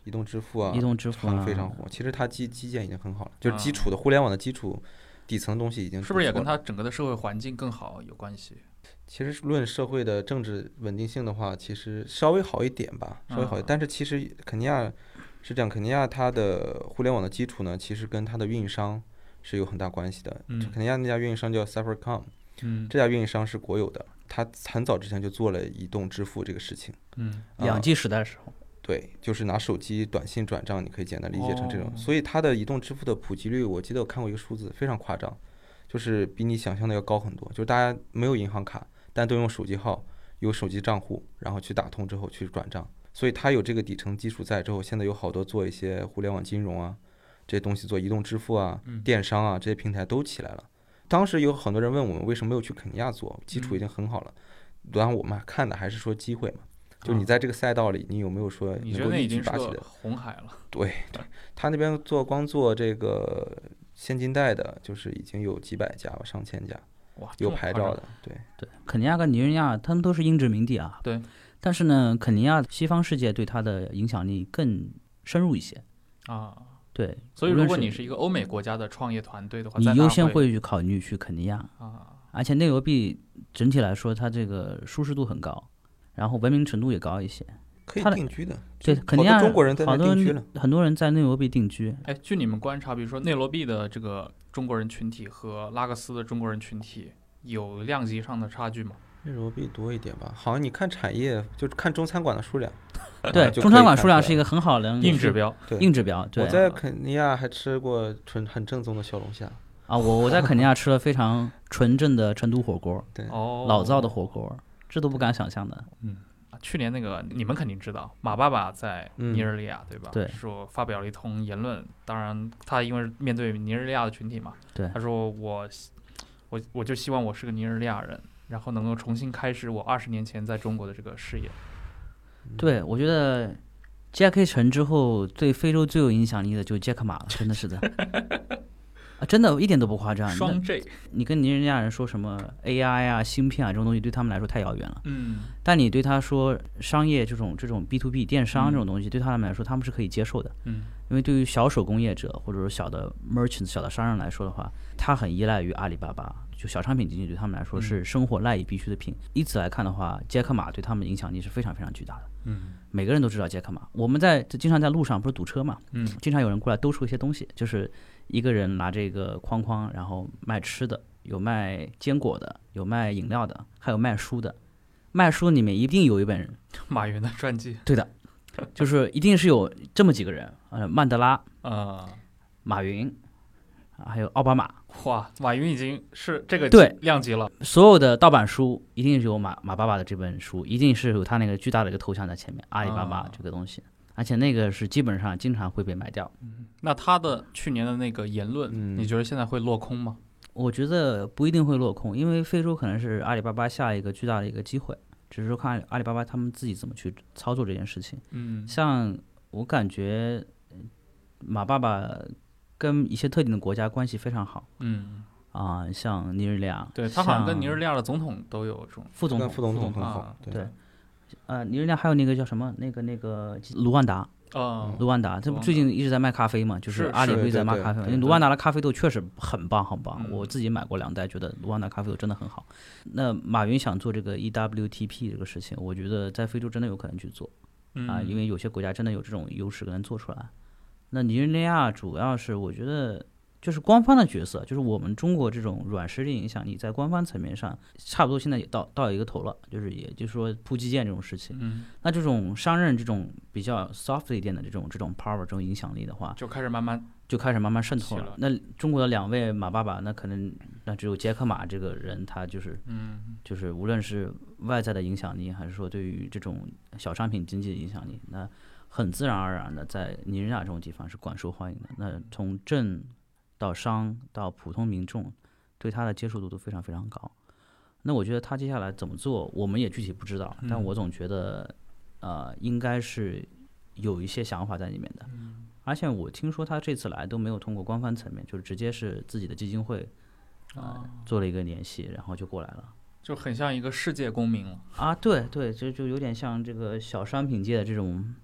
移动支付啊， 移动支付非常火。其实它基基建已经很好了，就是基础的互联网的基础底层东西已经是不是也跟它整个的社会环境更好有关系？ 其实论社会的政治稳定性的话，其实稍微好一点吧，稍微好一点。但是其实肯尼亚是这样，肯尼亚它的互联网的基础呢，其实跟它的运营商是有很大关系的。 嗯、 肯尼亚那家运营商叫 Safaricom， 嗯， 这家运营商是国有的，它很早之前就做了移动支付这个事情。 嗯， 两 G 时代的时候。 对，就是拿手机短信转账，你可以简单理解成这种。 哦、 所以它的移动支付的普及率，我记得我看过一个数字，非常夸张，就是比你想象的要高很多。就是大家没有银行卡，但都用手机号，有手机账户，然后去打通之后去转账。所以它有这个底层基础在之后，现在有好多做一些互联网金融啊，这些东西做移动支付啊、 嗯、 电商啊，这些平台都起来了。当时有很多人问我们为什么没有去肯尼亚做，基础已经很好了。 嗯、 然后我们看的还是说机会嘛。就你在这个赛道里，你有没有说能够一举拔起的？ 红海了。 对对，他那边做光做这个现金贷的，就是已经有几百家吧，上千家， 哇， 有牌照的。对对，肯尼亚跟尼日利亚，他们都是英殖民地啊。 对。 但是呢，肯尼亚西方世界对它的影响力更深入一些啊。 对， 所以如果你是一个欧美国家的创业团队的话， 你优先会去考虑去肯尼亚啊。 而且内罗毕整体来说，它这个舒适度很高，然后文明程度也高一些。 可以定居的， 对，肯尼亚中国人在那定居了， 很多人在内罗毕定居。 哎，据你们观察，比如说内罗毕的这个中国人群体和拉各斯的中国人群体有量级上的差距吗？ 内罗毕多一点吧，好像你看产业，就看中餐馆的数量。 对，中餐馆数量是一个很好的硬指标， 对， 硬指标。对， 我在肯尼亚还吃过纯很正宗的小龙虾。 啊，我我在肯尼亚吃了非常纯正的成都火锅， 对， 老灶的火锅，这都不敢想象的。 嗯。去年那个你们肯定知道，马爸爸在尼日利亚、嗯、对吧？ 对， 说发表了一通言论。当然，他因为面对尼日利亚的群体嘛， 对， 他说我我我就希望我是个尼日利亚人，然后能够重新开始我二十年前在中国的这个事业。 对，我觉得杰克城之后，对非洲最有影响力的就是杰克马了，真的是的。啊，真的，一点都不夸张。 双 J， 你跟尼日利亚人说什么 A I 啊、芯片啊这种东西，对他们来说太遥远了。 嗯。 但你对他说商业这种这种 B to B 电商这种东西，嗯、对他们来说，他们是可以接受的。 嗯。 因为对于小手工业者或者说小的 merchant 小的商人来说的话，他很依赖于阿里巴巴，就小商品经济对他们来说是生活赖以必须的品。嗯、以此来看的话，杰克马对他们的影响力是非常非常巨大的。 嗯。 每个人都知道杰克马，我们在经常在路上不是堵车嘛， 嗯， 经常有人过来兜售一些东西，就是一个人拿这个框框，然后卖吃的，有卖坚果的，有卖饮料的，还有卖书的。卖书里面一定有一本马云的传记， 对的，就是一定是有这么几个人，呃，曼德拉， 啊、呃， 马云，还有奥巴马。 哇，马云已经是这个对量级了。 所有的盗版书一定是有马马爸爸的这本书，一定是有他那个巨大的一个头像在前面，阿里巴巴这个东西，啊、而且那个是基本上经常会被买掉。 嗯，那他的去年的那个言论， 嗯、 你觉得现在会落空吗？ 我觉得不一定会落空，因为非洲可能是阿里巴巴下一个巨大的一个机会，只是说看阿里巴巴他们自己怎么去操作这件事情。 嗯， 像我感觉马爸爸跟一些特定的国家关系非常好。 嗯。 啊，像尼日利亚， 对他好像跟尼日利亚的总统都有这种副总统， 副总统很好， 对， 对，呃，尼日利亚还有那个叫什么，那个那个卢旺达， 哦， 卢旺达，这不最近一直在卖咖啡嘛，就是阿里不是在卖咖啡嘛，因为卢旺达的咖啡豆确实很棒很棒，我自己买过两袋，觉得卢旺达咖啡豆真的很好。那马云想做这个 E W T P 这个事情，我觉得在非洲真的有可能去做，啊，因为有些国家真的有这种优势能做出来。那尼日利亚主要是我觉得。就是官方的角色，就是我们中国这种软实力影响力，在官方层面上，差不多现在也到到一个头了，就是也就是说铺基建这种事情。 嗯， 那这种商人这种比较 soft 一点的这种这种 power 这种影响力的话， 就开始慢慢就开始慢慢渗透了。 那中国的两位马爸爸，那可能那只有杰克马这个人，他就是嗯， 就是无论是外在的影响力，还是说对于这种小商品经济的影响力，那很自然而然的在尼日利亚这种地方是广受欢迎的。那从政到商到普通民众，对他的接受度都非常非常高。那我觉得他接下来怎么做，我们也具体不知道， 嗯、 但我总觉得，呃，应该是有一些想法在里面的。 嗯、 而且我听说他这次来都没有通过官方层面，就是直接是自己的基金会，呃， 哦、 做了一个联系，然后就过来了， 就很像一个世界公民了。 啊，对对，就就有点像这个小商品界的这种。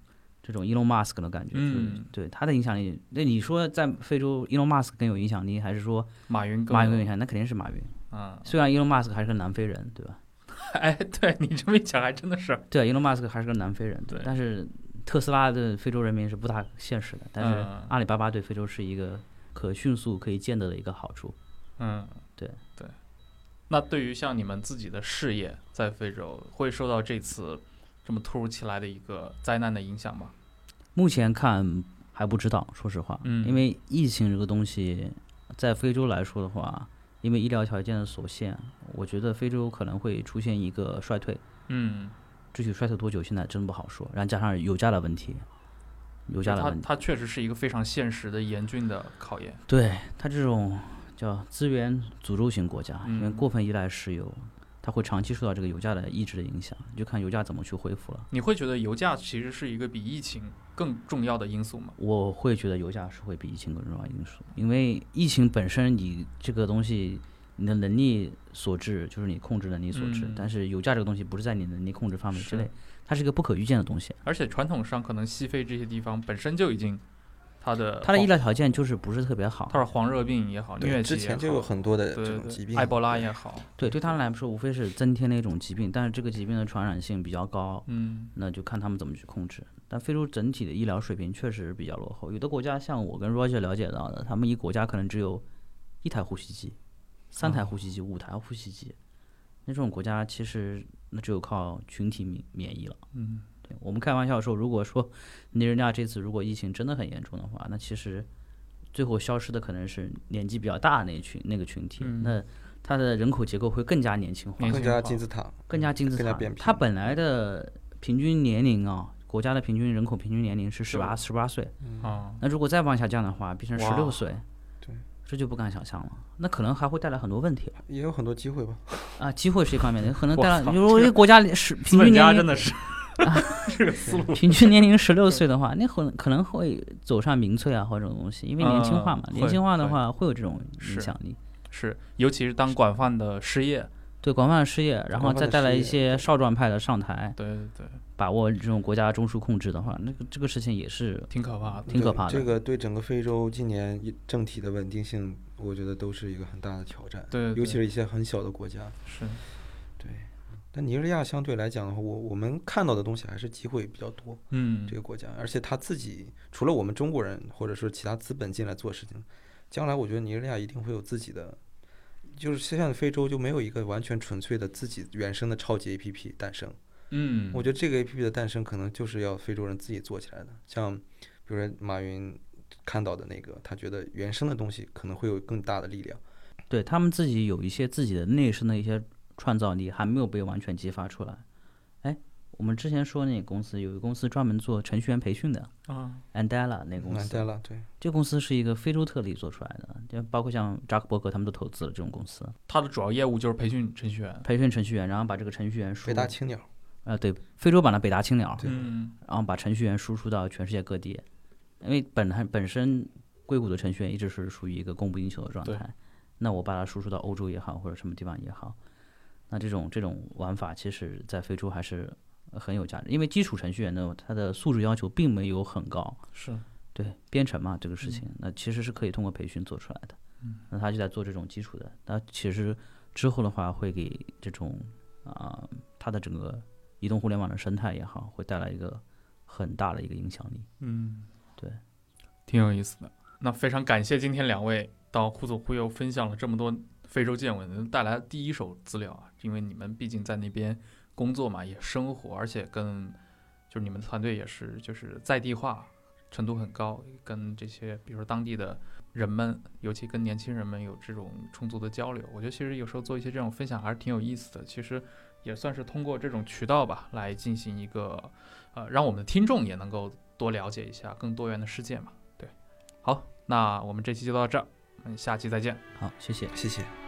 这种 Elon Musk 的感觉， 嗯， 就是对他的影响力。那你说在非洲 Elon Musk 更有影响力，还是说马云更马云更有影响力？那肯定是马云。 嗯， 虽然 Elon Musk 还是个南非人，对吧？ 哎，对你这么一讲，还真的是。 对 ，Elon Musk 还是个南非人， 对。 但是特斯拉的非洲人民是不大现实的，但是阿里巴巴对非洲是一个可迅速可以见得的一个好处。 嗯， 对对。那对于像你们自己的事业在非洲，会受到这次这么突如其来的一个灾难的影响吗？ 目前看还不知道，说实话， 嗯， 因为疫情这个东西，在非洲来说的话，因为医疗条件的所限，我觉得非洲可能会出现一个衰退。 嗯， 具体衰退多久，现在真不好说。然后加上油价的问题，油价的问题， 它它确实是一个非常现实的、严峻的考验。 对它这种叫资源诅咒型国家， 嗯、 因为过分依赖石油。它会长期受到这个油价的抑制的影响，就看油价怎么去恢复了。 你会觉得油价其实是一个比疫情更重要的因素吗？ 我会觉得油价是会比疫情更重要的因素，因为疫情本身你这个东西你的能力所致，就是你控制能力所致， 嗯、 但是油价这个东西不是在你能力控制范围之内，它是一个不可预见的东西。 而且传统上可能西非这些地方本身就已经。它的它的医疗条件就是不是特别好， 它是黄热病也好，疟疾也好， 之前就有很多的这种疾病， 埃博拉也好， 对，对他们来说无非是增添了一种疾病，但是这个疾病的传染性比较高， 嗯， 那就看他们怎么去控制。但非洲整体的医疗水平确实比较落后，有的国家像我跟 Roger 了解到的，他们一国家可能只有一台呼吸机、三台呼吸机、五台呼吸机，那这种国家其实那只有靠群体免免疫了， 嗯。 对，我们开玩笑说，如果说尼日利亚这次如果疫情真的很严重的话，那其实最后消失的可能是年纪比较大的那一群那个群体， 嗯、 那它的人口结构会更加年轻化， 更加金字塔， 更加金字塔。它本来的平均年龄啊，国家的平均人口平均年龄是十八十八岁， 嗯， 那如果再往下降的话，变成十六岁， 对， 这就不敢想象了。那可能还会带来很多问题， 也有很多机会吧。 啊，机会是一方面的，可能带来，如果一个国家是平均年龄真的是。啊，这个思路， 平均年龄十六岁的话，那可可能会走上民粹啊或者这种东西，因为年轻化嘛， 嗯、 年轻化的话会有这种影响力。 是，是尤其是当广泛的失业， 对广泛的失业，然后再带来一些少壮派的上台， 对对对， 把握这种国家中枢控制的话，那个这个事情也是挺可怕的， 挺可怕的。 这个对整个非洲今年政体的稳定性，我觉得都是一个很大的挑战。 对，对尤其是一些很小的国家。 是， 对。但尼日利亚相对来讲的话，我我们看到的东西还是机会比较多。 嗯， 这个国家，而且他自己除了我们中国人或者说其他资本进来做事情，将来我觉得尼日利亚一定会有自己的，就是现在的非洲就没有一个完全纯粹的自己原生的超级 A P P 诞生。 嗯， 我觉得这个 A P P 的诞生可能就是要非洲人自己做起来的。像比如说马云看到的那个，他觉得原生的东西可能会有更大的力量。 对他们自己有一些自己的内生的一些创造力还没有被完全激发出来。哎，我们之前说那个公司有一个公司专门做程序员培训的啊 ，Andela 那个公司 ，Andela 对， 这个公司是一个非洲特例做出来的，就包括像扎克伯格他们都投资了这种公司。 它的主要业务就是培训程序员， 培训程序员，然后把这个程序员输北大青鸟， 呃，对，非洲版的北大青鸟， 嗯， 然后把程序员输出到全世界各地，因为本来本身硅谷的程序员一直是属于一个供不应求的状态，那我把它输出到欧洲也好，或者什么地方也好。那这种这种玩法，其实在非洲还是很有价值，因为基础程序员呢，他的素质要求并没有很高， 是对编程嘛这个事情， 嗯、 那其实是可以通过培训做出来的。 嗯， 那他就在做这种基础的，那其实之后的话会给这种啊、呃，它的整个移动互联网的生态也好，会带来一个很大的一个影响力。 嗯， 对， 挺有意思的。那非常感谢今天两位到忽左忽右分享了这么多非洲见闻，带来第一手资料啊，因为你们毕竟在那边工作嘛，也生活，而且跟就是你们的团队也是就是在地化程度很高，跟这些比如说当地的人们，尤其跟年轻人们有这种充足的交流。我觉得其实有时候做一些这种分享还是挺有意思的，其实也算是通过这种渠道吧，来进行一个呃，让我们的听众也能够多了解一下更多元的世界嘛。对，好，那我们这期就到这儿，我们下期再见。 好，谢谢， 谢谢。